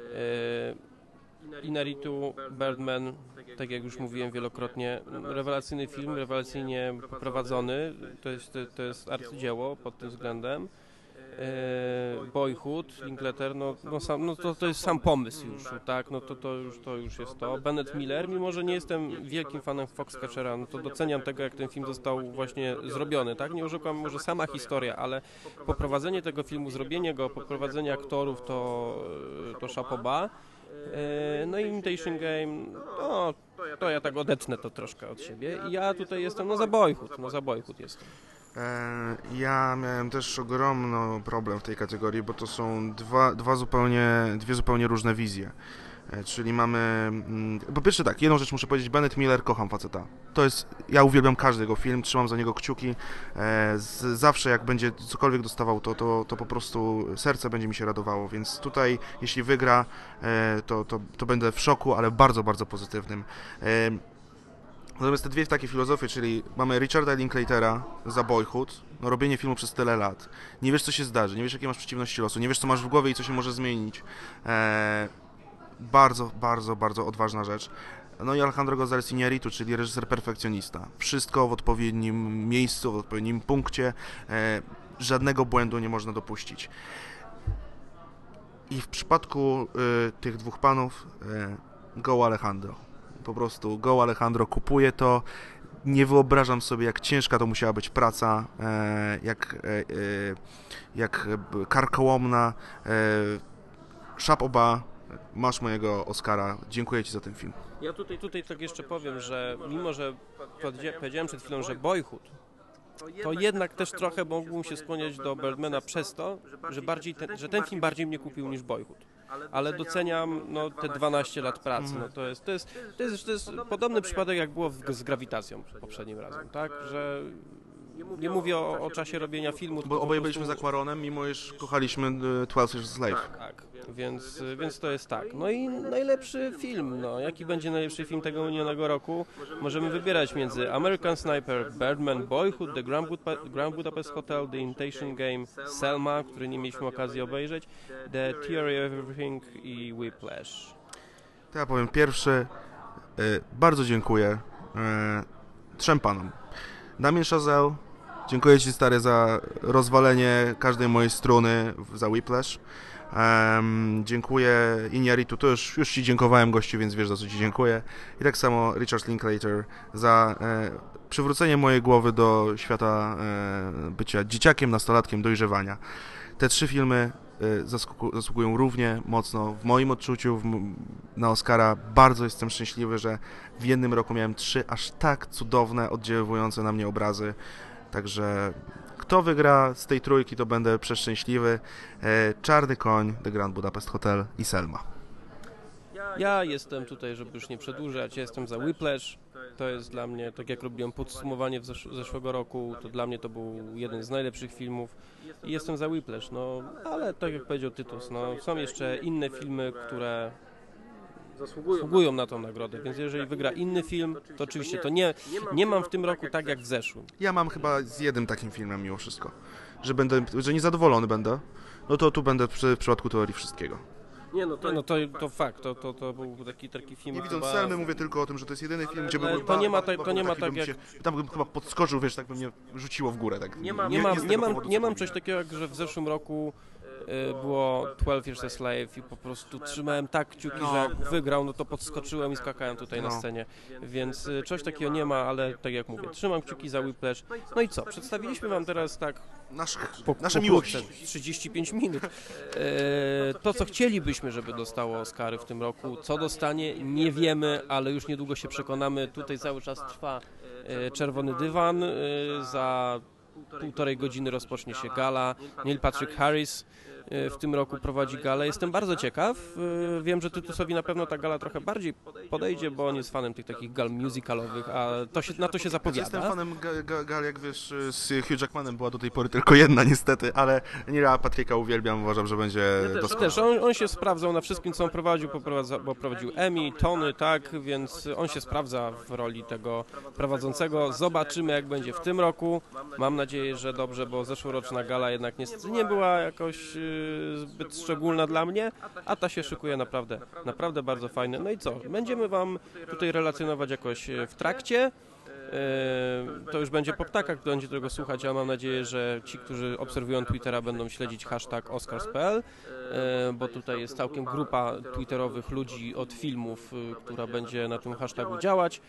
Iñárritu, Birdman, tak jak już mówiłem wielokrotnie, rewelacyjny film, rewelacyjnie poprowadzony, to jest arcydzieło pod tym względem. Boyhood, Linklater, to jest sam pomysł już, tak, to już jest to. Bennett Miller, mimo że nie jestem wielkim fanem Foxcatchera, no to doceniam tego, jak ten film został właśnie zrobiony, tak, nie oszukam, może sama historia, ale poprowadzenie tego filmu, zrobienie go, poprowadzenie aktorów, to chapeau bas. No i Imitation Game, to ja tak odetnę to troszkę od siebie i ja tutaj jestem, za Boyhood jestem. Ja miałem też ogromny problem w tej kategorii, bo to są dwie zupełnie różne wizje. Czyli mamy... Po pierwsze tak, jedną rzecz muszę powiedzieć, Bennett Miller, kocham faceta. Ja uwielbiam każdy jego film, trzymam za niego kciuki. Zawsze jak będzie cokolwiek dostawał, to po prostu serce będzie mi się radowało, więc tutaj jeśli wygra, to będę w szoku, ale bardzo, bardzo pozytywnym. Natomiast te dwie takie filozofie, czyli mamy Richarda Linklatera za Boyhood, robienie filmu przez tyle lat, nie wiesz co się zdarzy, nie wiesz jakie masz przeciwności losu, nie wiesz co masz w głowie i co się może zmienić. Bardzo, bardzo, bardzo odważna rzecz. No i Alejandro González Iñárritu, czyli reżyser perfekcjonista. Wszystko w odpowiednim miejscu, w odpowiednim punkcie, żadnego błędu nie można dopuścić. I w przypadku tych dwóch panów, go Alejandro. Po prostu go Alejandro, kupuje to. Nie wyobrażam sobie, jak ciężka to musiała być praca, jak karkołomna. Chapeau bas, masz mojego Oscara, dziękuję Ci za ten film. Ja tutaj tak jeszcze powiem, że mimo, że powiedziałem przed chwilą, że Boyhood, to jednak też trochę mógłbym się skłaniać do Birdmana przez to, że ten film bardziej mnie kupił niż Boyhood. Ale doceniam te 12 lat pracy. To jest podobny przypadek, jak było z Grawitacją poprzednim razem, tak? Że nie mówię o czasie robienia filmu. Bo oboje byliśmy za Quaronem, mimo iż kochaliśmy 12 Years a Slave. Tak, więc to jest tak. No i najlepszy film, jaki będzie najlepszy film tego minionego roku? Możemy wybierać między American Sniper, Birdman, Boyhood, The Grand Budapest Hotel, The Imitation Game, Selma, który nie mieliśmy okazji obejrzeć, The Theory of Everything i Whiplash. To ja powiem pierwszy, bardzo dziękuję trzem panom. Damien Chazelle, dziękuję Ci stary za rozwalenie każdej mojej struny za Whiplash. Dziękuję Iñárritu, to już Ci dziękowałem gościu, więc wiesz za co Ci dziękuję. I tak samo Richard Linklater za przywrócenie mojej głowy do świata bycia dzieciakiem, nastolatkiem, dojrzewania. Te trzy filmy zasługują równie mocno w moim odczuciu na Oscara. Bardzo jestem szczęśliwy, że w jednym roku miałem trzy aż tak cudowne, oddziaływujące na mnie obrazy. Także kto wygra z tej trójki, to będę przeszczęśliwy. Czarny koń, The Grand Budapest Hotel i Selma. Ja jestem tutaj, żeby już nie przedłużać, ja jestem za Whiplash. To jest dla mnie, tak jak robiłem podsumowanie zeszłego roku, to dla mnie to był jeden z najlepszych filmów i jestem za Whiplash, no ale tak jak powiedział Tytus, no są jeszcze inne filmy, które zasługują na tą nagrodę, więc jeżeli wygra inny film, to oczywiście to nie mam w tym roku tak jak w zeszłym. Ja mam chyba z jednym takim filmem mimo wszystko, że niezadowolony będę, no to tu będę w przypadku Teorii Wszystkiego. To fakt, to był taki film. Nie widząc Selmy, mówię tylko o tym, że to jest jedyny film, gdzie bym tam bym chyba podskoczył, wiesz, tak by mnie rzuciło w górę. Tak. Nie mam czegoś takiego, jak że w zeszłym roku było 12 Years a Slave i po prostu trzymałem tak kciuki, że jak wygrał, no to podskoczyłem i skakałem tutaj na scenie, więc czegoś takiego nie ma, ale tak jak mówię, trzymam kciuki za Whiplash. No i co, przedstawiliśmy wam teraz tak nasze miłości. 35 minut. To, co chcielibyśmy, żeby dostało Oscary w tym roku, co dostanie, nie wiemy, ale już niedługo się przekonamy. Tutaj cały czas trwa czerwony dywan, za 1,5 godziny rozpocznie się gala. Neil Patrick Harris w tym roku prowadzi galę. Jestem bardzo ciekaw. Wiem, że Tytusowi na pewno ta gala trochę bardziej podejdzie, bo on jest fanem tych takich gal musicalowych, a na to się zapowiada. Jestem fanem gal, jak wiesz, z Hugh Jackmanem była do tej pory tylko jedna niestety, ale Neila Patricka uwielbiam, uważam, że będzie doskonały. On się sprawdzał na wszystkim, co on prowadził, bo prowadził Emmy, Tony, tak, więc on się sprawdza w roli tego prowadzącego. Zobaczymy, jak będzie w tym roku. Mam nadzieję, że dobrze, bo zeszłoroczna gala jednak niestety nie była jakoś zbyt szczególna dla mnie, a ta się szykuje naprawdę bardzo fajne. No i co? Będziemy wam tutaj relacjonować jakoś w trakcie. To już będzie po ptakach, kto będzie tego słuchać, a mam nadzieję, że ci, którzy obserwują Twittera, będą śledzić hashtag Oscars.pl, bo tutaj jest całkiem grupa twitterowych ludzi od filmów, która będzie na tym hashtagu działać.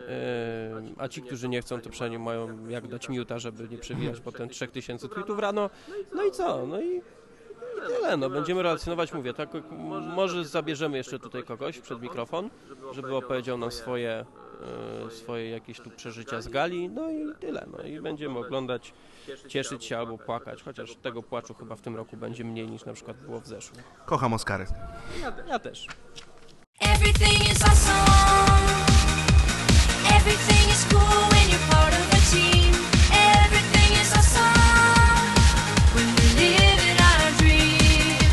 A ci, którzy nie chcą, to przynajmniej mają jak dać miuta, żeby nie przewijać potem 3000 tweetów rano. No i co? No i tyle, no będziemy relacjonować, mówię, tak, może zabierzemy jeszcze tutaj kogoś przed mikrofon, żeby opowiedział nam swoje jakieś tu przeżycia z gali, no i tyle, no i będziemy oglądać, cieszyć się albo płakać, chociaż tego płaczu chyba w tym roku będzie mniej niż na przykład było w zeszłym. Kocham Oscary. Ja też. Everything is awesome. Everything is cool when you're part of a team. Everything is awesome when we're living our dream.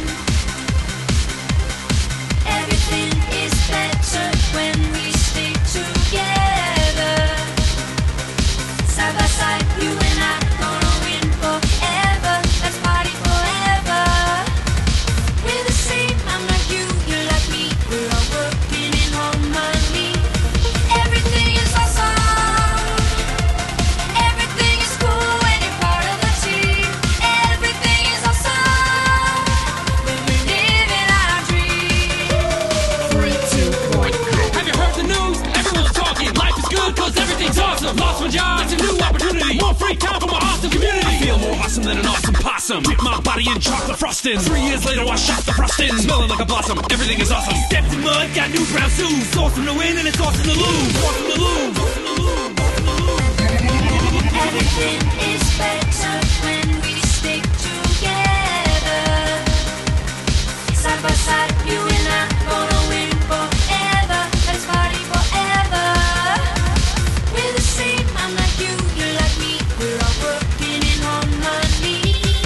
Everything is better when we stay together. Side by side, you and I gonna win forever. Let's party forever. We're the same, I'm like you, you're like me. We're all working in harmony. Everything is awesome. Everything is cool when you're part of a team. Everything is awesome when we're living our dream. 3, 2, 1, go. Have you heard the news? Everyone's talking. Life is good cause everything's awesome. Lost my job, it's a new opportunity. More free time for my awesome community. I feel more awesome than an awesome possum. Dip my body in chocolate frosting. 3 years later I shot the frosting. Smelling like a blossom, everything is awesome. Stepped in mud, got new brown shoes. It's awesome to win and it's awesome to lose. Awesome to lose. Awesome to lose. Everything is better when we stick together. Side by side, you and I gonna win forever. Let's party forever. We're the same, I'm like you, you're like me. We're all working in harmony.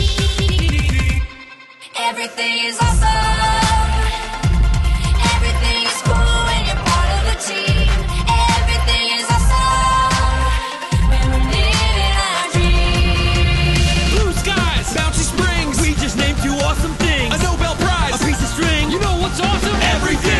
Everything is awesome. Everything is cool when you're part of a team. Everything is awesome when we're living our dream. Blue skies, bouncy springs. We just named 2 awesome things. A Nobel Prize, a piece of string. You know what's awesome? Everything.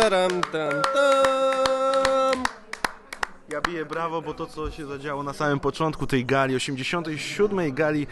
Taram, tam, tam. Ja biję brawo, bo to, co się zadziało na samym początku tej gali, 87. gali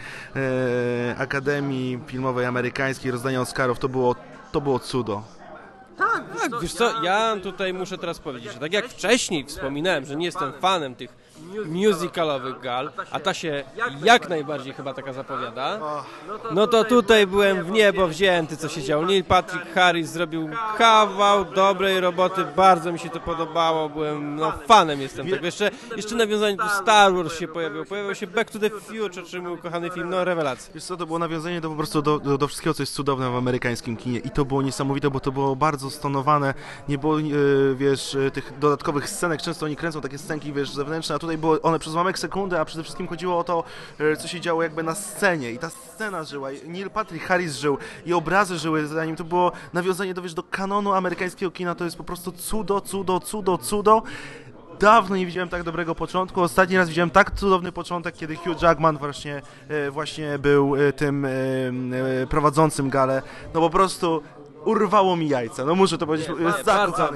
Akademii Filmowej Amerykańskiej, rozdania Oscarów, to było cudo. Tak, wiesz co, ja tutaj muszę teraz powiedzieć, że tak jak wcześniej wspominałem, że nie jestem fanem tych musicalowych gal, a ta się jak najbardziej chyba taka zapowiada, no to tutaj byłem w niebo wzięty, co się działo. Neil Patrick Harris zrobił kawał dobrej roboty, bardzo mi się to podobało, byłem, fanem jestem tego. Jeszcze nawiązanie do Star Wars się pojawił się Back to the Future, czyli mój ukochany film, rewelacja. Wiesz co, to było nawiązanie po prostu do wszystkiego, co jest cudowne w amerykańskim kinie i to było niesamowite, bo to było bardzo stonowane, nie było, tych dodatkowych scenek, często oni kręcą takie scenki, zewnętrzne, a tutaj było one przez ułamek sekundy, a przede wszystkim chodziło o to, co się działo jakby na scenie i ta scena żyła, Neil Patrick Harris żył i obrazy żyły za nim, to było nawiązanie do kanonu amerykańskiego kina, to jest po prostu cudo. Dawno nie widziałem tak dobrego początku. Ostatni raz widziałem tak cudowny początek, kiedy Hugh Jackman właśnie był tym prowadzącym galę. No po prostu urwało mi jajca. No muszę to powiedzieć. Jest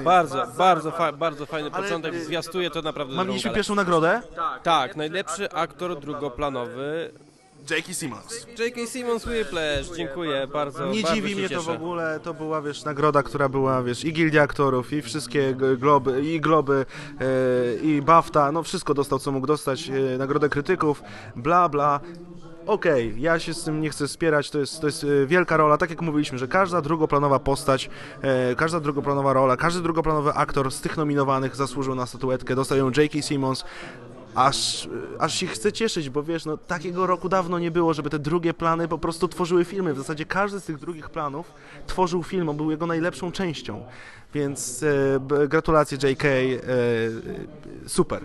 Bardzo fajny początek. Zwiastuje to naprawdę dobrą mieliśmy galę. pierwszą nagrodę? Tak, najlepszy aktor drugoplanowy. J.K. Simmons. J.K. Simmons Whiplash, dziękuję bardzo. Nie bardzo dziwi się mnie cieszę. to w ogóle, to była nagroda, która była i Gildia Aktorów, i wszystkie globy, i BAFTA, no wszystko dostał, co mógł dostać, nagrodę krytyków, bla bla. Okej, ja się z tym nie chcę spierać, to jest wielka rola, tak jak mówiliśmy, że każda drugoplanowa postać, każda drugoplanowa rola, każdy drugoplanowy aktor z tych nominowanych zasłużył na statuetkę, dostał ją J.K. Simmons. Aż się chcę cieszyć, bo takiego roku dawno nie było, żeby te drugie plany po prostu tworzyły filmy. W zasadzie każdy z tych drugich planów tworzył film, on był jego najlepszą częścią. Więc gratulacje JK, super.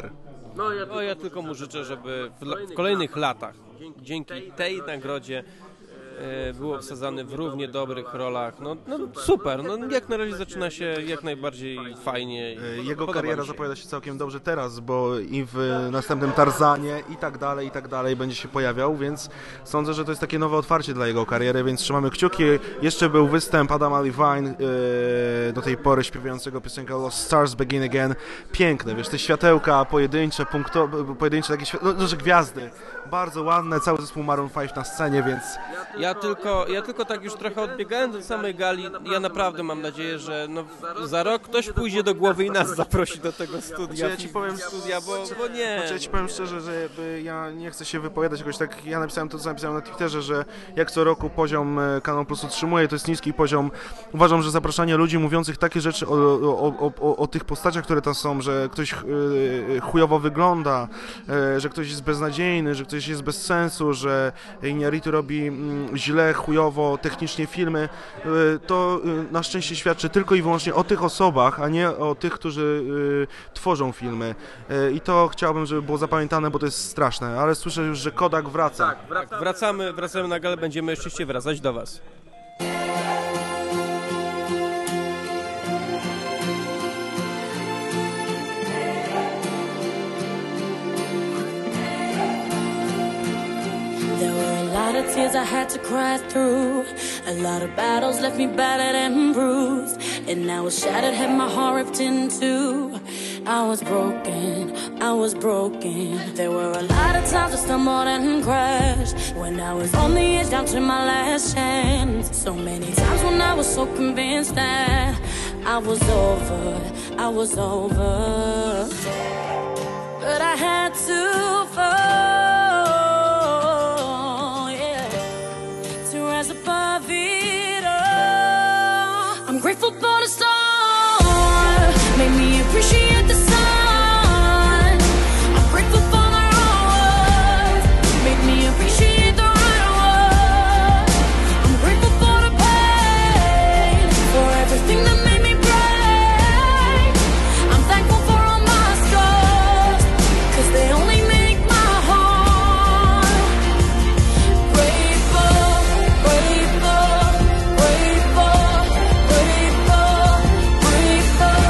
Ja tylko mu życzę, żeby w kolejnych latach dzięki tej nagrodzie był obsadzany w równie dobrych rolach. No super, jak na razie zaczyna się jak najbardziej fajnie. Jego kariera zapowiada się całkiem dobrze teraz, bo i w następnym Tarzanie i tak dalej będzie się pojawiał, więc sądzę, że to jest takie nowe otwarcie dla jego kariery, więc trzymamy kciuki. Jeszcze był występ Adama Levine, do tej pory śpiewającego piosenkę Lost Stars Begin Again. Piękne, te światełka pojedyncze, pojedyncze takie że gwiazdy. Bardzo ładne, cały zespół Maroon 5 na scenie, więc... Ja tylko tak już trochę odbiegając do samej gali, ja naprawdę mam nadzieję, że za rok ktoś pójdzie do głowy i nas zaprosi do tego studia. Ja ci powiem, bo nie. Ja ci powiem szczerze, że ja nie chcę się wypowiadać jakoś tak, ja napisałem to, co napisałem na Twitterze, że jak co roku poziom Kanal Plus utrzymuje, to jest niski poziom. Uważam, że zapraszanie ludzi mówiących takie rzeczy o tych postaciach, które tam są, że ktoś chujowo wygląda, że ktoś jest beznadziejny, że ktoś jest bez sensu, że Iñárritu robi źle, chujowo, technicznie filmy, to na szczęście świadczy tylko i wyłącznie o tych osobach, a nie o tych, którzy tworzą filmy. I to chciałbym, żeby było zapamiętane, bo to jest straszne, ale słyszę już, że Kodak wraca. Tak, wracamy na galę, będziemy oczywiście wracać do Was. Tears I had to cry through. A lot of battles left me battered and bruised, and I was shattered, had my heart ripped in two. I was broken. There were a lot of times I stumbled and crashed, when I was on the edge down to my last chance. So many times when I was so convinced that I was over, but I had to fall, to rise above it all. I'm grateful for the stars, made me appreciate the sun. I'm grateful for the wrong words, made me appreciate the right words. I'm grateful for the pain, for everything that made me brave. I'm thankful for all my scars, 'cause they only make my heart grateful, grateful, grateful, grateful, grateful,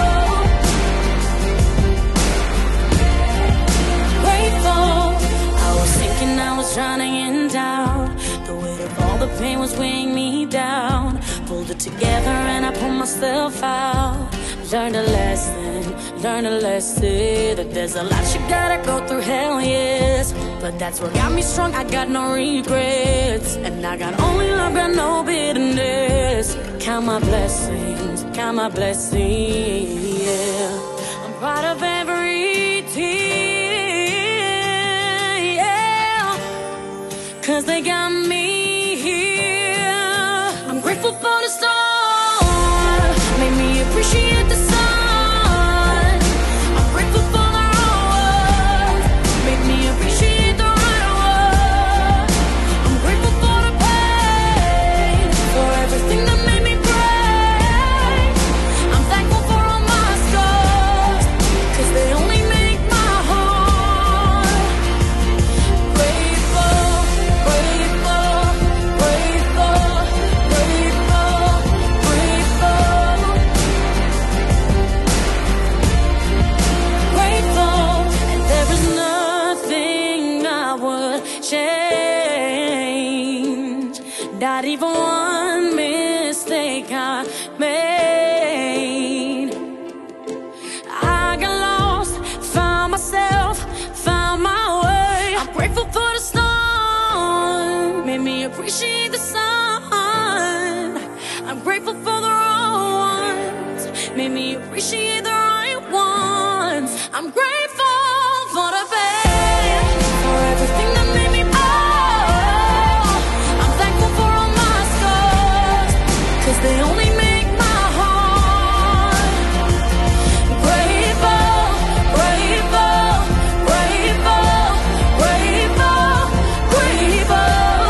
grateful. I was thinking I was drowning in doubt, the weight of all the pain was weighing me down. pulled it together and I pulled myself out. Learned a lesson that there's a lot you gotta go through, hell yes. But that's what got me strong, I got no regrets. And I got only love, got no bitterness. Count my blessings, yeah. I'm proud of every tear, yeah. 'Cause they got me here. I'm grateful for the storm, made me appreciate the sun. I'm grateful for the road, made me appreciate the right word. I'm grateful for the pain, for everything that made me brave. I'm thankful for all my scars, 'cause they only make my heart grateful, grateful, grateful, grateful, grateful, grateful. And there is nothing I would change, not even one mistake I made. I got lost, found myself, found my way. I'm grateful for the storm, made me appreciate the sun. I'm grateful for the wrong ones, made me appreciate the right ones. I'm grateful for the pain, for everything that made me whole. I'm thankful for all my scars, 'cause they only make my heart grateful, grateful, grateful, grateful, grateful.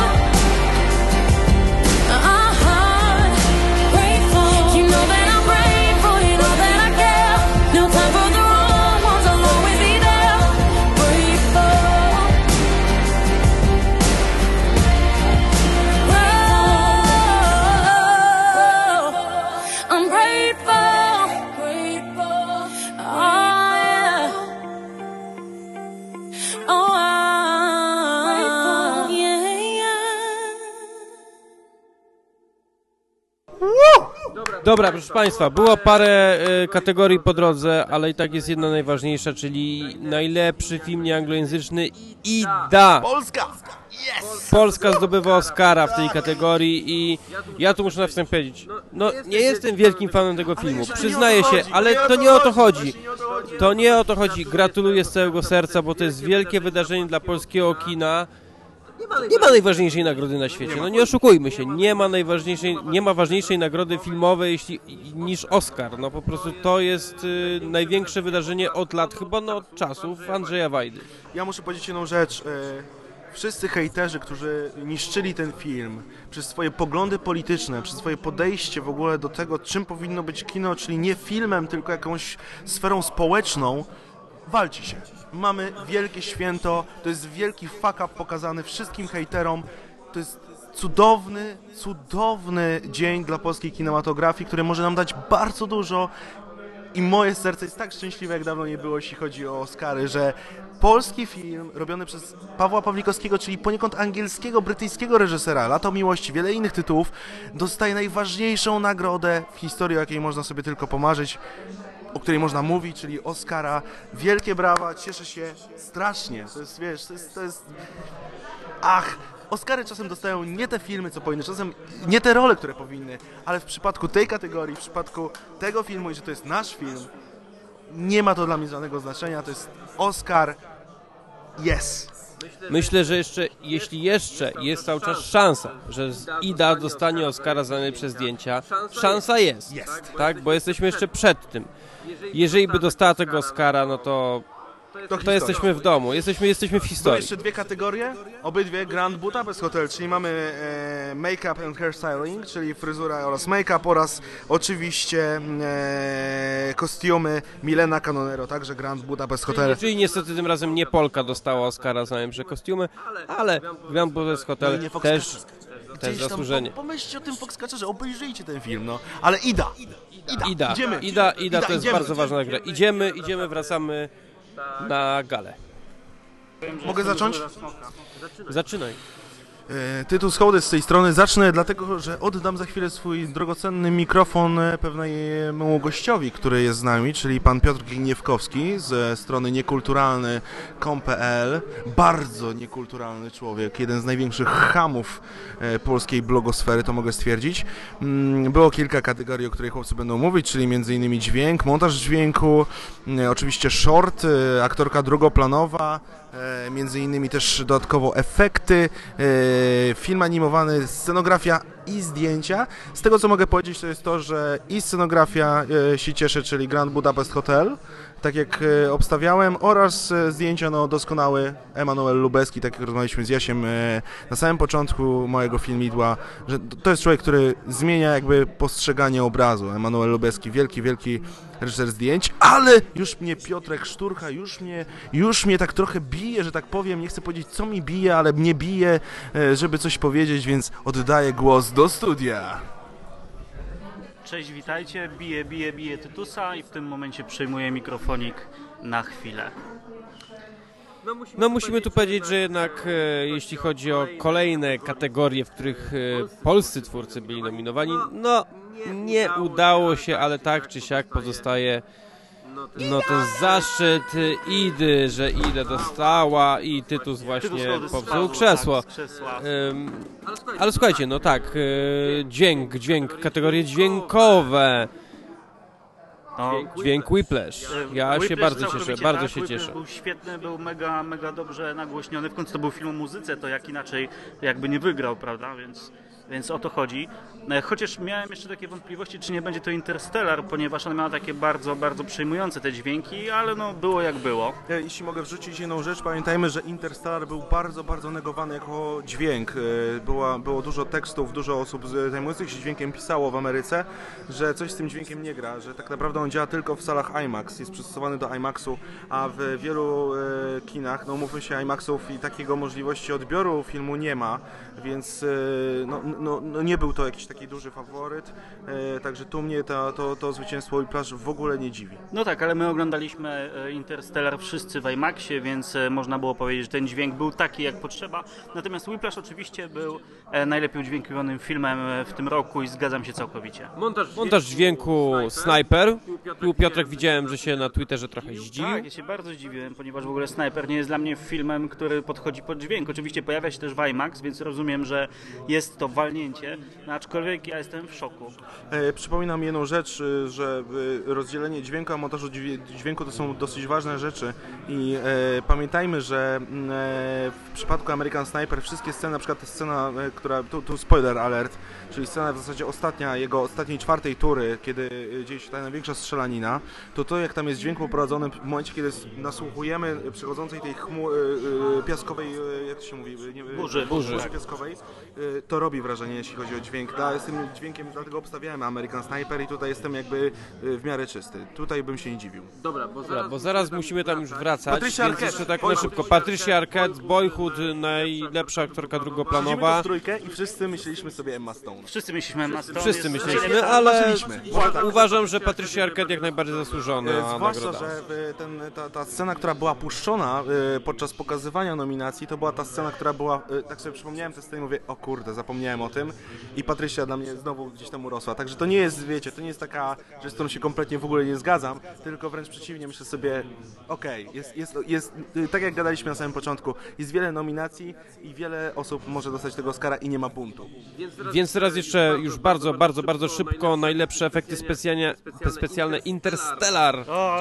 Grateful. You know that I'm grateful, you know that I care. No time for the wrong ones, I'll always be there. Grateful. I'm grateful, grateful. Oh yeah, oh yeah. Dobra, proszę Państwa, było parę kategorii po drodze, ale i tak jest jedna najważniejsza, czyli najlepszy film nieanglojęzyczny Ida. Polska! Polska zdobywa Oscara w tej kategorii i ja tu muszę na wstęp powiedzieć, no nie jestem wielkim fanem tego filmu, przyznaję się, ale to nie o to chodzi. To nie o to chodzi. Gratuluję z całego serca, bo to jest wielkie wydarzenie dla polskiego kina. Nie ma najważniejszej nagrody na świecie, no nie oszukujmy się, nie ma ważniejszej nagrody filmowej niż Oscar, no po prostu to jest największe wydarzenie od lat, chyba no od czasów Andrzeja Wajdy. Ja muszę powiedzieć jedną rzecz. Wszyscy hejterzy, którzy niszczyli ten film przez swoje poglądy polityczne, przez swoje podejście w ogóle do tego, czym powinno być kino, czyli nie filmem, tylko jakąś sferą społeczną, walcie się. Mamy wielkie święto, to jest wielki fuck up pokazany wszystkim hejterom. To jest cudowny, cudowny dzień dla polskiej kinematografii, który może nam dać bardzo dużo. I moje serce jest tak szczęśliwe, jak dawno nie było, jeśli chodzi o Oscary, że polski film robiony przez Pawła Pawlikowskiego, czyli poniekąd angielskiego, brytyjskiego reżysera, Lato Miłości, wiele innych tytułów, dostaje najważniejszą nagrodę w historii, o jakiej można sobie tylko pomarzyć, o której można mówić, czyli Oscara. Wielkie brawa, cieszę się strasznie. To jest, wiesz, to jest... Ach! Oscary czasem dostają nie te filmy, co powinny, czasem nie te role, które powinny, ale w przypadku tej kategorii, w przypadku tego filmu, i że to jest nasz film, nie ma to dla mnie żadnego znaczenia, to jest Oscar, yes. Myślę, że jeśli jeszcze jest cały czas szansa, że Ida dostanie Oscara za najlepsze zdjęcia, szansa jest, tak, bo jesteśmy jeszcze przed tym. Jeżeli by dostała tego Oscara, no to jesteśmy w domu, jesteśmy w Są historii. jeszcze dwie kategorie, obydwie Grand Budapest Hotel, czyli mamy make-up and hairstyling, czyli fryzura oraz make-up, oraz oczywiście kostiumy Milena Canonero, także Grand Budapest Hotel. Czyli niestety tym razem nie Polka dostała Oscara za najlepsze kostiumy, ale Grand Budapest Hotel też zasłużenie. Pomyślcie o tym Foxcatcherze, obejrzyjcie ten film, no. Ale Ida, Ida to jest bardzo ważna gra. Idziemy, wracamy na galę. Mogę zacząć? Zaczynaj. Tytus Hołdys z tej strony. Zacznę dlatego, że oddam za chwilę swój drogocenny mikrofon pewnemu gościowi, który jest z nami, czyli pan Piotr Gniewkowski ze strony niekulturalny.com.pl. Bardzo niekulturalny człowiek, jeden z największych chamów polskiej blogosfery, to mogę stwierdzić. Było kilka kategorii, o których chłopcy będą mówić, czyli m.in. dźwięk, montaż dźwięku, oczywiście short, aktorka drugoplanowa, między innymi też dodatkowo efekty, film animowany, scenografia i zdjęcia. Z tego co mogę powiedzieć, to jest to, że i scenografia się cieszy, czyli Grand Budapest Hotel, tak jak obstawiałem, oraz zdjęcia doskonały Emanuel Lubezki, tak jak rozmawialiśmy z Jasiem na samym początku mojego filmidła, że to jest człowiek, który zmienia jakby postrzeganie obrazu. Emanuel Lubezki, wielki reżyser zdjęć, ale już mnie Piotrek szturcha, już mnie tak trochę bije, że tak powiem, nie chcę powiedzieć co mi bije, ale mnie bije, żeby coś powiedzieć, więc oddaję głos do studia. Cześć, witajcie. Bije Tytusa i w tym momencie przejmuję mikrofonik na chwilę. No musimy tu powiedzieć, że jednak jeśli chodzi o kolejne kategorie, w których polscy twórcy byli nominowani, no nie udało się, ale tak czy siak pozostaje ten zaszczyt Idy, że Ida dostała i Tytus właśnie popsuł krzesło. Ale słuchajcie, no tak, dźwięk, kategorie dźwiękowe. Dźwięk Whiplash. Ja się bardzo cieszę, bardzo się cieszę. Był świetny, był mega dobrze nagłośniony. W końcu to był film o muzyce, to jak inaczej jakby nie wygrał, prawda? Więc o to chodzi. Chociaż miałem jeszcze takie wątpliwości, czy nie będzie to Interstellar, ponieważ on miał takie bardzo przejmujące te dźwięki, ale no było jak było. Jeśli mogę wrzucić jedną rzecz, pamiętajmy, że Interstellar był bardzo negowany jako dźwięk. Było dużo tekstów, dużo osób zajmujących się dźwiękiem pisało w Ameryce, że coś z tym dźwiękiem nie gra, że tak naprawdę on działa tylko w salach IMAX, jest przystosowany do IMAX-u, a w wielu kinach, no umówmy się, IMAX-ów i takiego możliwości odbioru filmu nie ma, więc no nie był to jakiś taki duży faworyt, także tu mnie to zwycięstwo Whiplash w ogóle nie dziwi. No tak, ale my oglądaliśmy Interstellar wszyscy w IMAXie, więc można było powiedzieć, że ten dźwięk był taki jak potrzeba. Natomiast Whiplash oczywiście był najlepiej udźwiękowionym filmem w tym roku i zgadzam się całkowicie. Montaż dźwięku Sniper. Tu Piotrek widziałem, że się na Twitterze trochę zdziwił. Tak, ja się bardzo zdziwiłem, ponieważ w ogóle Sniper nie jest dla mnie filmem, który podchodzi pod dźwięk. Oczywiście pojawia się też w IMAX, więc rozumiem, że jest to walnięcie, no aczkolwiek ja jestem w szoku. Przypominam jedną rzecz, że rozdzielenie dźwięku a montażu dźwięku to są dosyć ważne rzeczy i pamiętajmy, że w przypadku American Sniper wszystkie sceny, na przykład ta scena, która, tu spoiler alert, czyli scena w zasadzie jego ostatniej czwartej tury, kiedy dzieje się ta największa strzelanina, to jak tam jest dźwięk poprowadzony w momencie, kiedy nasłuchujemy przechodzącej tej piaskowej, jak to się mówi? Burzy piaskowej, to robi wrażenie, jeśli chodzi o dźwięk. Z tym dźwiękiem dlatego obstawiałem American Sniper i tutaj jestem jakby w miarę czysty. Tutaj bym się nie dziwił. Dobra, bo zaraz musimy tam już wracać, Patricia więc Arquette. jeszcze tak na szybko. Patricia Arquette, Boyhood, najlepsza aktorka drugoplanowa. W trójkę i wszyscy myśleliśmy sobie Emma Stone. Wszyscy myśleliśmy Emma Stone. Wszyscy myśleliśmy, ale uważam, że Patricia Arquette jak najbardziej zasłużona zwłaszcza, nagroda. że ta scena, która była puszczona podczas pokazywania nominacji, to była ta scena, która była, tak sobie przypomniałem tę scenę i mówię, o kurde, zapomniałem o tym i Patrycja dla mnie znowu gdzieś tam urosła. Także to nie jest, wiecie, to nie jest taka rzecz, z którą się kompletnie w ogóle nie zgadzam, tylko wręcz przeciwnie, myślę sobie, okej, jest tak jak gadaliśmy na samym początku, jest wiele nominacji i wiele osób może dostać tego Oscara i nie ma buntu. Więc teraz jeszcze już bardzo szybko najlepsze efekty specjalne Interstellar.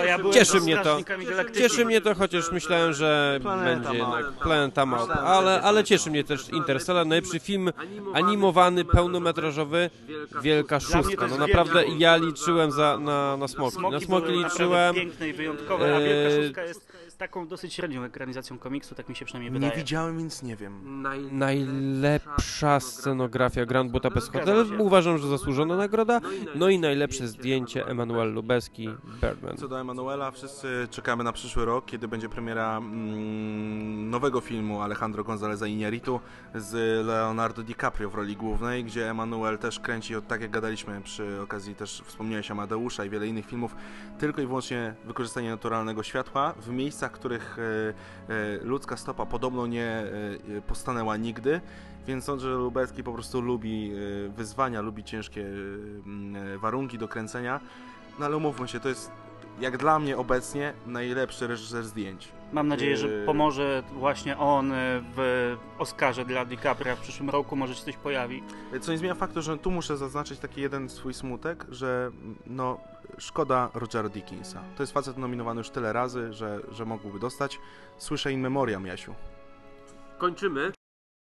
Cieszy mnie to, chociaż myślałem, że będzie jednak Planeta Małp, ale cieszy mnie też Interstellar, najlepszy film animowany, pełnometrażowy, wielka szóstka. No naprawdę ja liczyłem na Smoki. Na Smoki liczyłem. Piękne i wyjątkowe, a Wielka Szóstka jest taką dosyć średnią ekranizacją komiksu, tak mi się przynajmniej wydaje. Nie widziałem, więc nie wiem. Najlepsza scenografia Grand Budapest Hotel, uważam, że zasłużona nagroda. No i najlepsze zdjęcie Emanuel Lubezki, Birdman. Co do Emanuela, wszyscy czekamy na przyszły rok, kiedy będzie premiera nowego filmu Alejandro Gonzáleza Iñárritu z Leonardo DiCaprio w roli głównej, gdzie Emanuel też kręci, tak jak gadaliśmy przy okazji też wspomniałeś Amadeusza i wiele innych filmów, tylko i wyłącznie wykorzystanie naturalnego światła w miejscach, miejscach, których ludzka stopa podobno nie postanęła nigdy, więc sądzę, że Lubecki po prostu lubi wyzwania, lubi ciężkie warunki do kręcenia, no ale umówmy się, to jest jak dla mnie obecnie najlepszy reżyser zdjęć. Mam nadzieję, że pomoże właśnie on w Oscarze dla DiCaprio w przyszłym roku, może się coś pojawi. Co nie zmienia faktu, że tu muszę zaznaczyć taki jeden swój smutek, że no szkoda Rogera Dickinsa. To jest facet nominowany już tyle razy, że mógłby dostać. Słyszę in memoriam, Jasiu. Kończymy.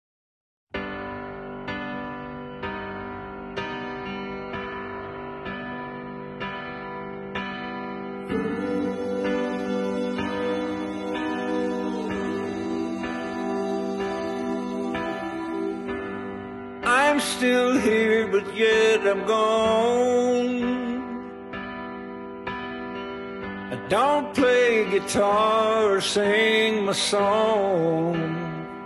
I'm still here, but yet I'm gone. I don't play guitar or sing my songs.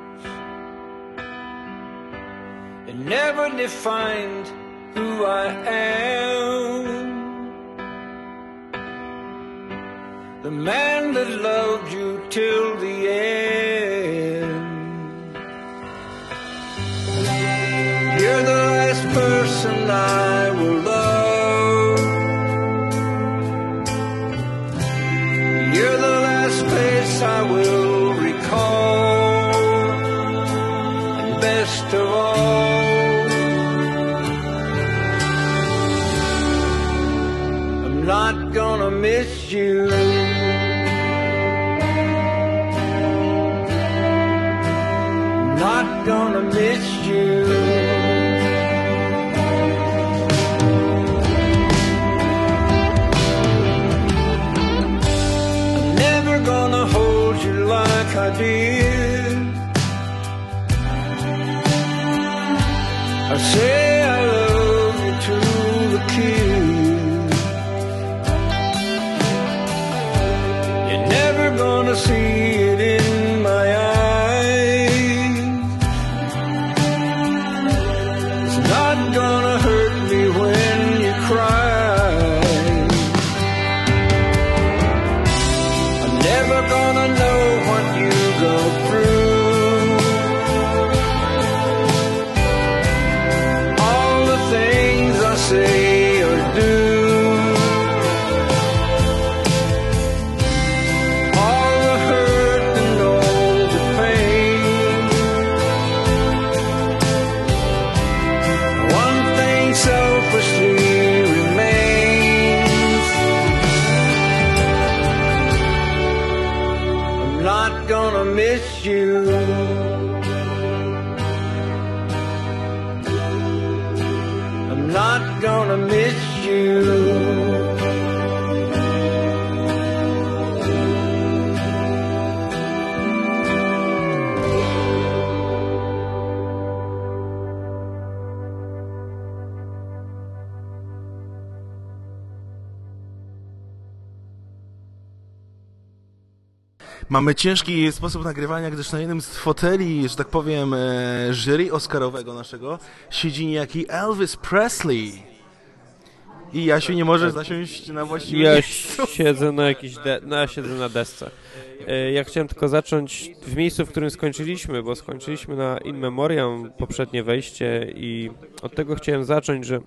It never defined who I am. The man that loved you till the end. You're the last person I will love. You're the last place I will recall. And best of all, I'm not gonna miss you. Not gonna miss you. I'm never gonna hold you like I did. I say I love you to the kiss. You're never gonna see it in my eyes. It's not gonna hurt me when you cry. I'm never gonna know what you go through. All the things I say or do. All the hurt and all the pain. One thing selfishly remains. I'm not gonna miss you. I'm not gonna miss you. Mamy ciężki sposób nagrywania, gdyż na jednym z foteli, że tak powiem, jury oscarowego naszego siedzi niejaki Elvis Presley. I Jasiu nie może zasiąść na właściwym Ja miejscu. siedzę na jakiejś siedzę na desce. Ja chciałem tylko zacząć w miejscu, w którym skończyliśmy, bo skończyliśmy na In Memoriam poprzednie wejście i od tego chciałem zacząć, że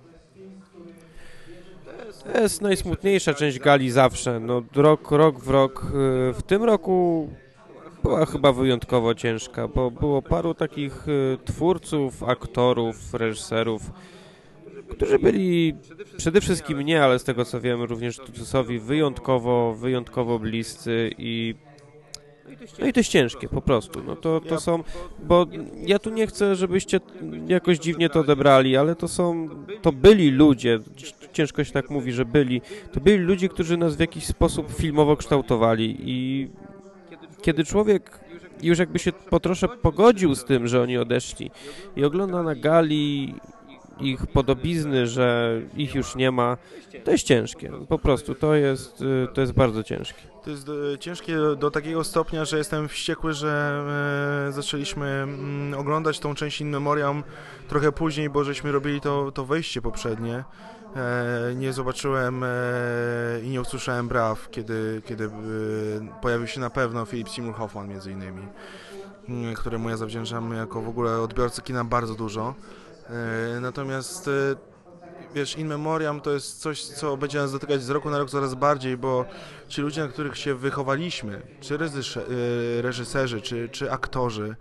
to jest najsmutniejsza część gali zawsze. No, rok w rok. W tym roku była chyba wyjątkowo ciężka, bo było paru takich twórców, aktorów, reżyserów, którzy byli przede wszystkim mnie, ale z tego co wiem również Tutusowi wyjątkowo bliscy i no i to jest ciężkie po prostu. No to są, bo ja tu nie chcę, żebyście jakoś dziwnie to odebrali, ale to byli ludzie, ciężko się tak mówi, że to byli ludzie, którzy nas w jakiś sposób filmowo kształtowali i kiedy człowiek już jakby się po trosze pogodził z tym, że oni odeszli i ogląda na gali ich podobizny, że ich już nie ma, to jest ciężkie. Po prostu to jest bardzo ciężkie. To jest ciężkie do takiego stopnia, że jestem wściekły, że zaczęliśmy oglądać tą część In Memoriam trochę później, bo żeśmy robili to wejście poprzednie. Nie zobaczyłem i nie usłyszałem braw, kiedy pojawił się na pewno Philip Seymour Hoffman między innymi, któremu ja zawdzięczam jako w ogóle odbiorcy kina bardzo dużo. Natomiast wiesz, In Memoriam to jest coś, co będzie nas dotykać z roku na rok coraz bardziej, bo ci ludzie, na których się wychowaliśmy, czy reżyserzy, czy aktorzy,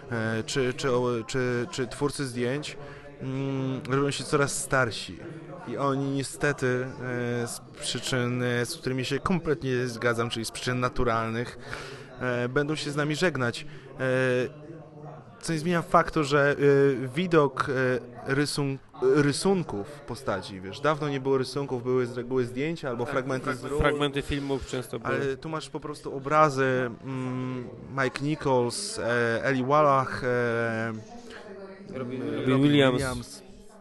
czy twórcy zdjęć, robią się coraz starsi. I oni niestety z przyczyn, z którymi się kompletnie nie zgadzam, czyli z przyczyn naturalnych, będą się z nami żegnać. Co nie zmienia faktu, że widok rysunków postaci, wiesz, dawno nie było rysunków, były z reguły zdjęcia albo fragmenty z ról. Fragmenty filmów często były. Ale tu masz po prostu obrazy Mike Nichols, Eli Wallach, Robin Williams.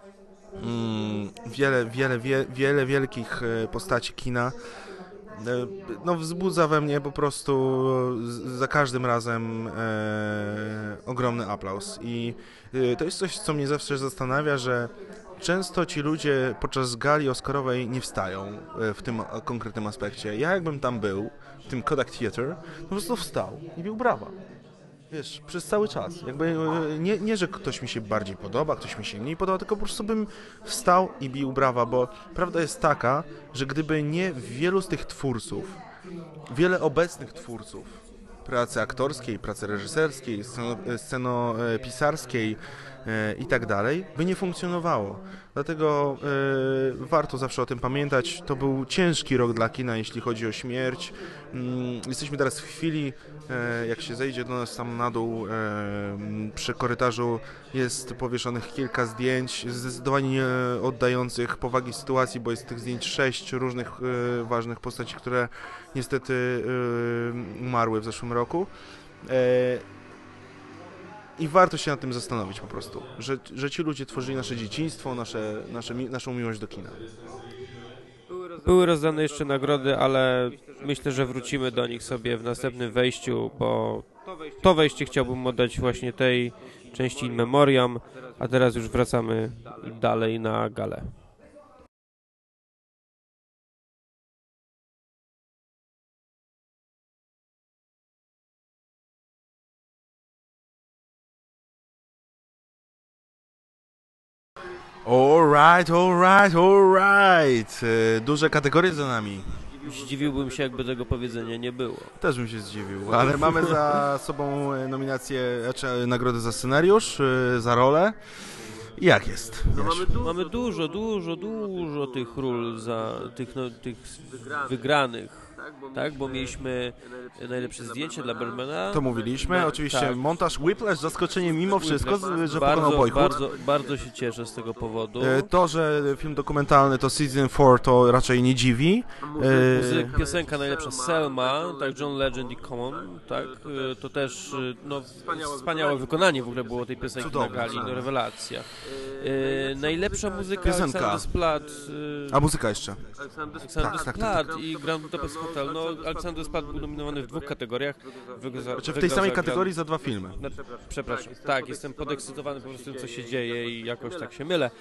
Wiele wielkich postaci kina. No, wzbudza we mnie po prostu za każdym razem ogromny aplauz. I to jest coś, co mnie zawsze zastanawia, że często ci ludzie podczas gali oscarowej nie wstają w tym konkretnym aspekcie. Ja jakbym tam był, w tym Kodak Theatre, po prostu wstał i bił brawa. Wiesz, przez cały czas. Jakby nie, że ktoś mi się bardziej podoba, ktoś mi się mniej podoba, tylko po prostu bym wstał i bił brawa, bo prawda jest taka, że gdyby nie wielu z tych twórców, wiele obecnych twórców, pracy aktorskiej, pracy reżyserskiej, scenopisarskiej i tak dalej, by nie funkcjonowało. Dlatego warto zawsze o tym pamiętać. To był ciężki rok dla kina, jeśli chodzi o śmierć. Jesteśmy teraz w chwili, jak się zejdzie do nas tam na dół, przy korytarzu jest powieszonych kilka zdjęć, zdecydowanie nie oddających powagi sytuacji, bo jest tych zdjęć 6 różnych ważnych postaci, które niestety umarły w zeszłym roku. I warto się nad tym zastanowić po prostu, że ci ludzie tworzyli nasze dzieciństwo, naszą miłość do kina. Były rozdane jeszcze nagrody, ale myślę, że wrócimy do nich sobie w następnym wejściu, bo to wejście chciałbym oddać właśnie tej części In Memoriam, a teraz już wracamy dalej na galę. Alright. Duże kategorie za nami. Zdziwiłbym się, jakby tego powiedzenia nie było. Też bym się zdziwił, ale mamy za sobą nominację, znaczy nagrody za scenariusz, za rolę. Jak jest? Mamy dużo tych ról tych wygranych. Tak, bo mieliśmy najlepsze zdjęcie dla Birdmana. To mówiliśmy, oczywiście tak. Montaż Whiplash, zaskoczenie mimo wszystko, że bardzo, pokonał Boyhood. Bardzo się cieszę z tego powodu. To, że film dokumentalny to Season 4 to raczej nie dziwi. Piosenka najlepsza Selma, tak, John Legend i Common, tak, to też no, wspaniałe wykonanie w ogóle było tej piosenki cudowne, na gali, no, rewelacja. Najlepsza muzyka piosenka. Alexander Desplat. A muzyka jeszcze. Alexander Desplat i Grand Budapest Hotel. No, Alexander Desplat był nominowany w 2 kategoriach. W tej samej kategorii za 2 filmy. Przepraszam. Tak, jestem podekscytowany po prostu tym, co się dzieje i jakoś tak się mylę.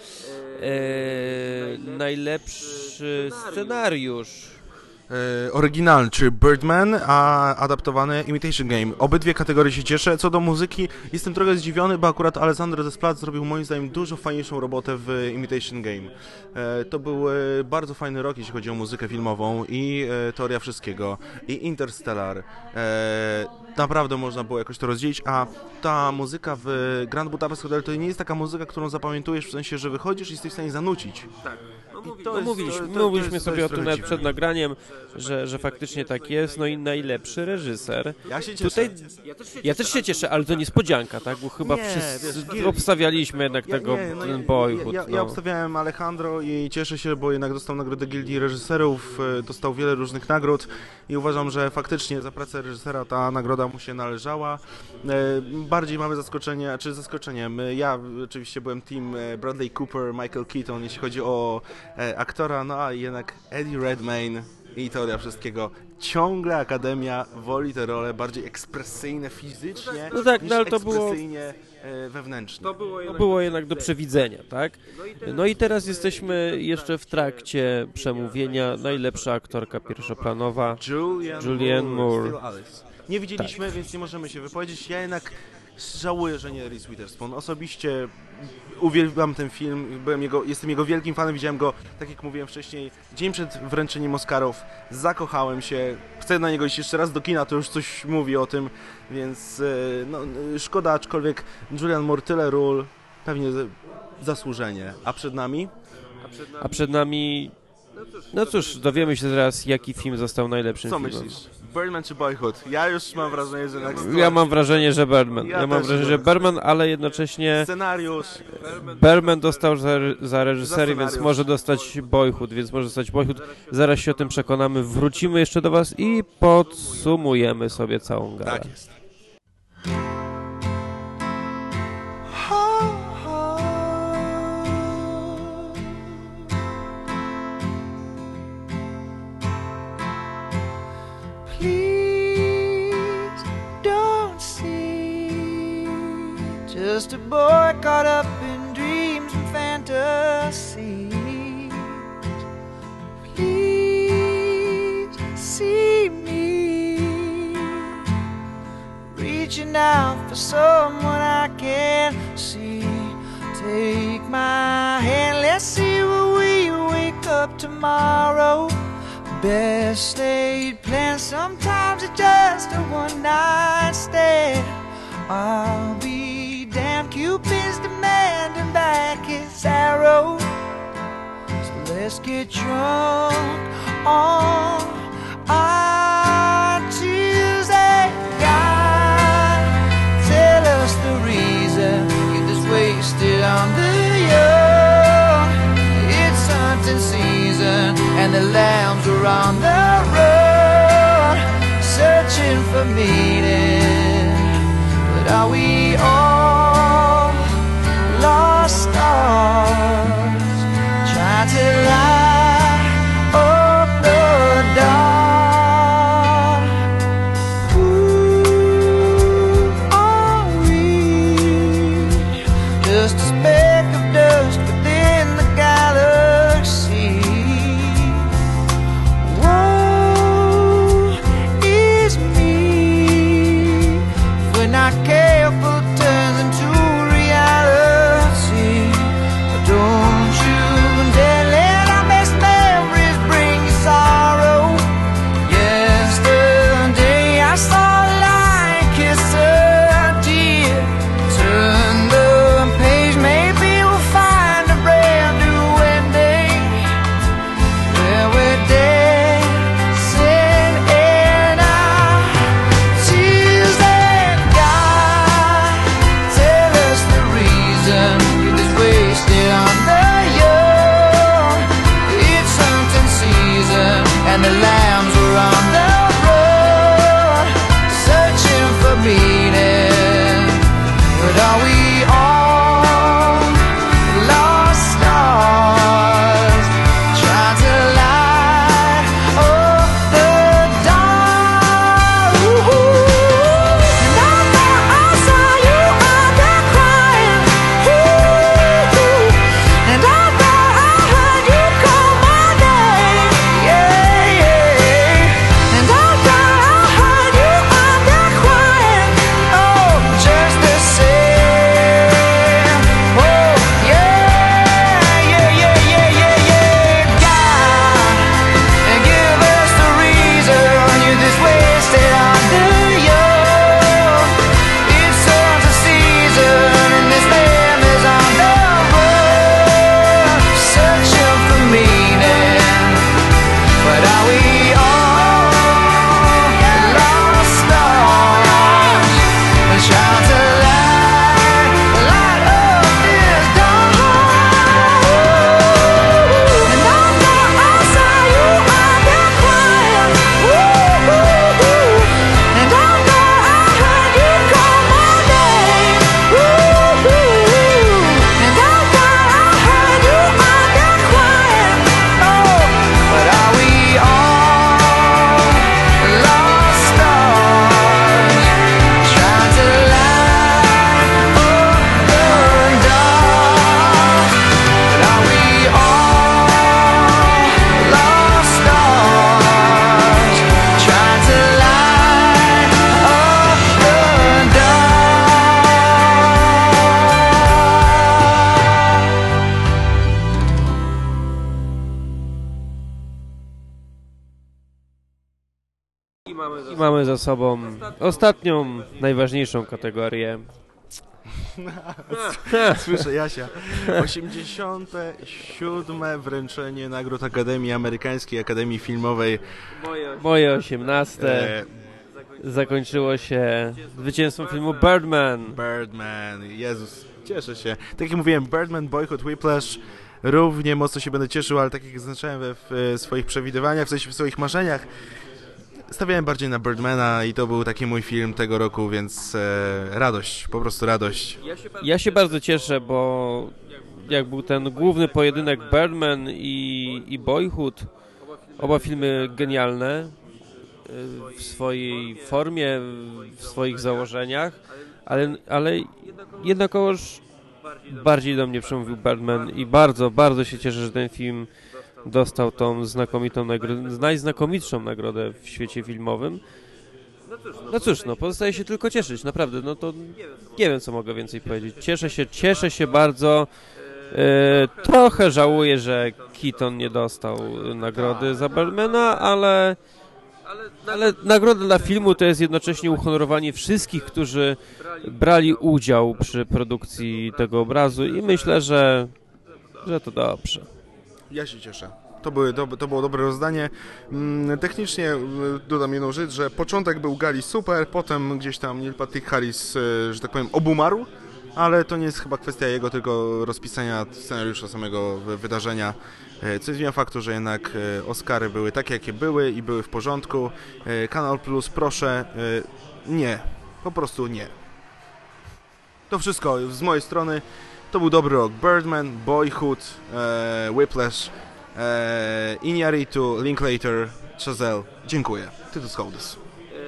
Najlepszy scenariusz. Oryginalny, czy Birdman, a adaptowany Imitation Game. Obydwie kategorie się cieszę. Co do muzyki, jestem trochę zdziwiony, bo akurat Alexander Desplat zrobił moim zdaniem dużo fajniejszą robotę w Imitation Game. To był bardzo fajny rok, jeśli chodzi o muzykę filmową i Teoria Wszystkiego, i Interstellar. Naprawdę można było jakoś to rozdzielić, a ta muzyka w Grand Budapest Hotel to nie jest taka muzyka, którą zapamiętujesz w sensie, że wychodzisz i jesteś w stanie zanucić. Tak. Mówiliśmy sobie o tym nawet przed nagraniem, że faktycznie tak jest. No i najlepszy reżyser. Ja się cieszę. Ja też się cieszę, ale to niespodzianka, tak? Bo chyba wszyscy obstawialiśmy jednak ten Boyhood. Ja obstawiałem Alejandro i cieszę się, bo jednak dostał nagrodę Gildii Reżyserów, dostał wiele różnych nagród i uważam, że faktycznie za pracę reżysera ta nagroda mu się należała. Bardziej mamy zaskoczenie, czy zaskoczeniem. Ja oczywiście byłem team Bradley Cooper, Michael Keaton, jeśli chodzi o aktora, no a jednak Eddie Redmayne i teoria wszystkiego. Ciągle Akademia woli te role bardziej ekspresyjne fizycznie No tak, niż no ale to było- ekspresyjnie wewnętrznie. To było jednak do przewidzenia, tak? No i teraz jesteśmy jeszcze w trakcie przemówienia. Najlepsza aktorka pierwszoplanowa. Julianne Moore. Still Alice. Nie widzieliśmy, więc nie możemy się wypowiedzieć. Ja jednak żałuję, że nie Reese Witherspoon. Osobiście uwielbiam ten film, jestem jego wielkim fanem, widziałem go, tak jak mówiłem wcześniej, dzień przed wręczeniem Oscarów, zakochałem się, chcę na niego iść jeszcze raz do kina, to już coś mówi o tym, więc no, szkoda, aczkolwiek Julianne Moore tyle ról, pewnie zasłużenie. A przed nami... No cóż, dowiemy się zaraz, jaki film został najlepszym Co filmem. myślisz? Birdman czy Boyhood? Ja już mam wrażenie, że... Ja mam wrażenie, że Birdman. Ja Ja mam też wrażenie, że Birdman, ale jednocześnie Scenariusz... Birdman dostał za reżyserię, więc scenariusz. może dostać Boyhood, Zaraz się o tym przekonamy. Wrócimy jeszcze do was i podsumujemy sobie całą galę. Tak jest. Please don't see just a boy caught up in dreams and fantasies. Please see me reaching out for someone I can't see. Take my hand, let's see where we wake up tomorrow. Best laid plans, sometimes it's just a one-night stand. I'll be damned, Cupid's demanding back his arrow. So let's get drunk on our Tuesday. God, tell us the reason you're this wasted on the young. It's hunting season and the lambs are on the road, searching for meaning. But are we all lost stars, trying to light up the dark? Who are we? Just a speck of dust within the galaxy. Woe is me if we're not careful, it turns into reality. Don't you dare let our best memories bring you sorrow. Yesterday I saw a lion kiss a deer. Turn the page, maybe we'll find a brand new ending where we're dancing in our Tuesday. God, I mamy za sobą ostatnią, najważniejszą kategorię. Słyszę Jasia. 87. wręczenie nagród Akademii Amerykańskiej, Akademii Filmowej. Moje 18. Zakończyło się zwycięstwem filmu Birdman. Birdman, Jezus, cieszę się. Tak jak mówiłem, Birdman, Boyhood, Whiplash, równie mocno się będę cieszył, ale tak jak zaznaczałem w swoich przewidywaniach, w sensie w swoich marzeniach, stawiałem bardziej na Birdmana i to był taki mój film tego roku, więc radość, po prostu radość. Ja się bardzo cieszę, bo jak był ten główny pojedynek Birdman i Boyhood, oba filmy genialne w swojej formie, w swoich założeniach, ale jednakowoż bardziej do mnie przemówił Birdman i bardzo, bardzo się cieszę, że ten film dostał tą znakomitą najznakomitszą nagrodę w świecie filmowym. No cóż, no pozostaje się tylko cieszyć, naprawdę, no to nie wiem, co mogę więcej powiedzieć. Cieszę się bardzo. Trochę żałuję, że Keaton nie dostał nagrody za Birdmana, ale nagroda dla filmu to jest jednocześnie uhonorowanie wszystkich, którzy brali udział przy produkcji tego obrazu i myślę, że to dobrze. Ja się cieszę. To było dobre rozdanie. Technicznie dodam jedną rzecz, że początek był gali super, potem gdzieś tam Neil Patrick Harris, że tak powiem, obumarł, ale to nie jest chyba kwestia jego, tylko rozpisania scenariusza samego wydarzenia. Co nie zmienia faktu, że jednak Oscary były takie, jakie były i były w porządku. Kanal Plus, proszę, nie. Po prostu nie. To wszystko z mojej strony. To był dobry rok. Birdman, Boyhood, Whiplash, Iñárritu, Linklater, Chazelle. Dziękuję. Tytus Hołdys.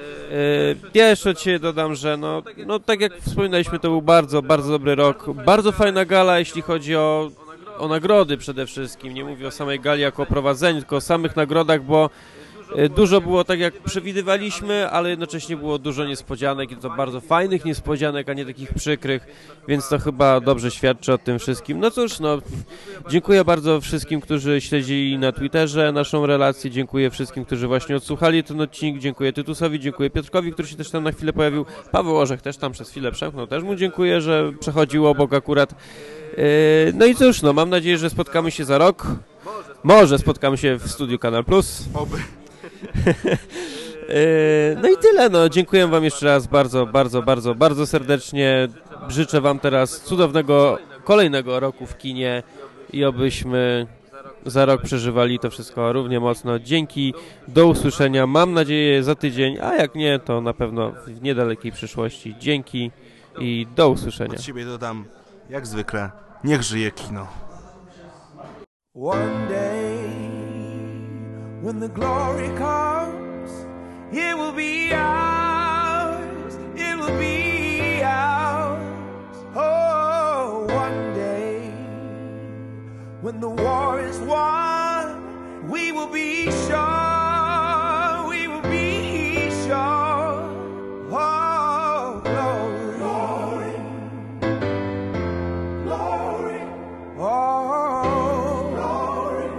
Ja jeszcze od siebie dodam, że no tak jak wspominaliśmy, to był bardzo, bardzo dobry rok. Bardzo fajna gala, jeśli chodzi o nagrody przede wszystkim. Nie mówię o samej gali jako o prowadzeniu, tylko o samych nagrodach, bo dużo było tak jak przewidywaliśmy, ale jednocześnie było dużo niespodzianek i to bardzo fajnych niespodzianek, a nie takich przykrych, więc to chyba dobrze świadczy o tym wszystkim. No cóż, dziękuję bardzo wszystkim, którzy śledzili na Twitterze naszą relację, dziękuję wszystkim, którzy właśnie odsłuchali ten odcinek, dziękuję Tytusowi, dziękuję Piotrkowi, który się też tam na chwilę pojawił, Paweł Orzech też tam przez chwilę przemknął, też mu dziękuję, że przechodził obok akurat. No i cóż, mam nadzieję, że spotkamy się za rok, może spotkamy się w studiu Kanal Plus. Oby. No i tyle, dziękuję wam jeszcze raz bardzo, bardzo, bardzo, bardzo serdecznie. Życzę wam teraz cudownego kolejnego roku w kinie i obyśmy za rok przeżywali to wszystko równie mocno. Dzięki, do usłyszenia, mam nadzieję za tydzień, a jak nie, to na pewno w niedalekiej przyszłości. Dzięki i do usłyszenia. Od siebie dodam, jak zwykle, niech żyje kino. One day, when the glory comes, it will be ours, it will be ours. Oh, one day, when the war is won, we will be sure, we will be sure. Oh, glory, glory, glory. Oh, glory,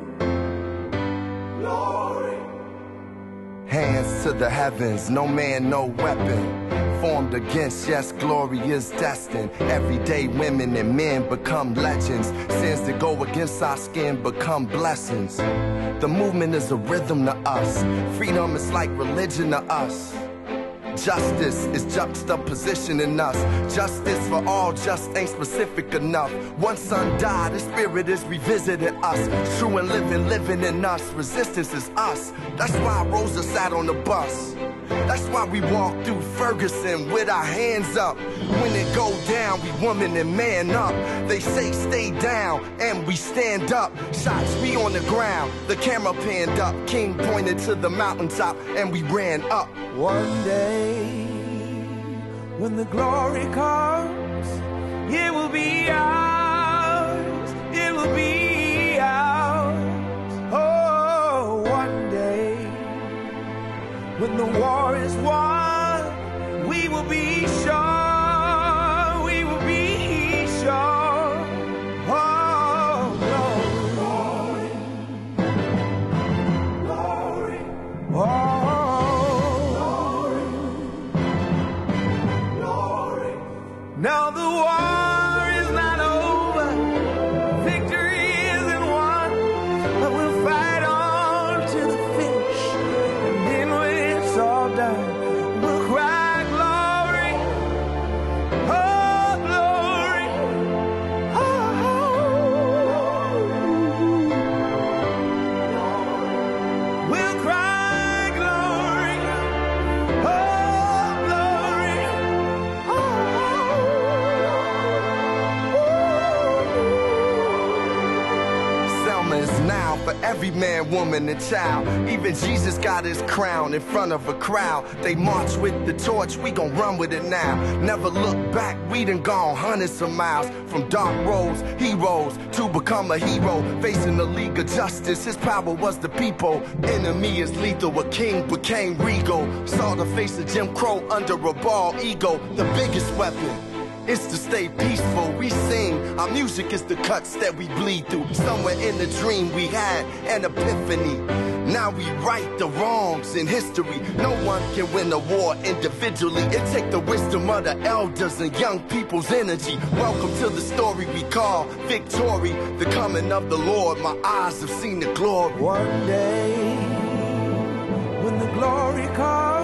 glory. Hands to the heavens, no man, no weapon formed against, yes, glory is destined. Everyday women and men become legends. Sins that go against our skin become blessings. The movement is a rhythm to us. Freedom is like religion to us. Justice is juxtaposition in us. Justice for all just ain't specific enough. One son died, his spirit is revisiting us. True and living in us. Resistance is us. That's why Rosa sat on the bus. That's why we walk through Ferguson with our hands up. When it go down, we woman and man up. They say stay down, and we stand up. Shots we on the ground, the camera panned up. King pointed to the mountaintop, and we ran up. One day, when the glory comes, it will be ours, it will be ours. Oh, one day, when the war is won, we will be sure, we will be sure. Oh, glory, glory, glory. Oh. No, the war is not over. Victory isn't won, but we'll fight on to the finish. And then when it's all done, we'll cry glory. Oh, glory. We'll cry glory. Oh, glory. Selma is now for every man, woman, and child. Even Jesus got his crown in front of a crowd. They march with the torch, we gon' run with it now. Never look back, we done gone hundreds of miles. From dark roads, heroes, to become a hero. Facing the League of Justice, his power was the people. Enemy is lethal, a king became regal. Saw the face of Jim Crow under a bald ego. The biggest weapon is to stay peaceful. We sing, our music is the cuts that we bleed through. Somewhere in the dream we had an epiphany. Now we right the wrongs in history. No one can win a war individually. It take the wisdom of the elders and young people's energy. Welcome to the story we call victory. The coming of the Lord, my eyes have seen the glory. One day, when the glory comes,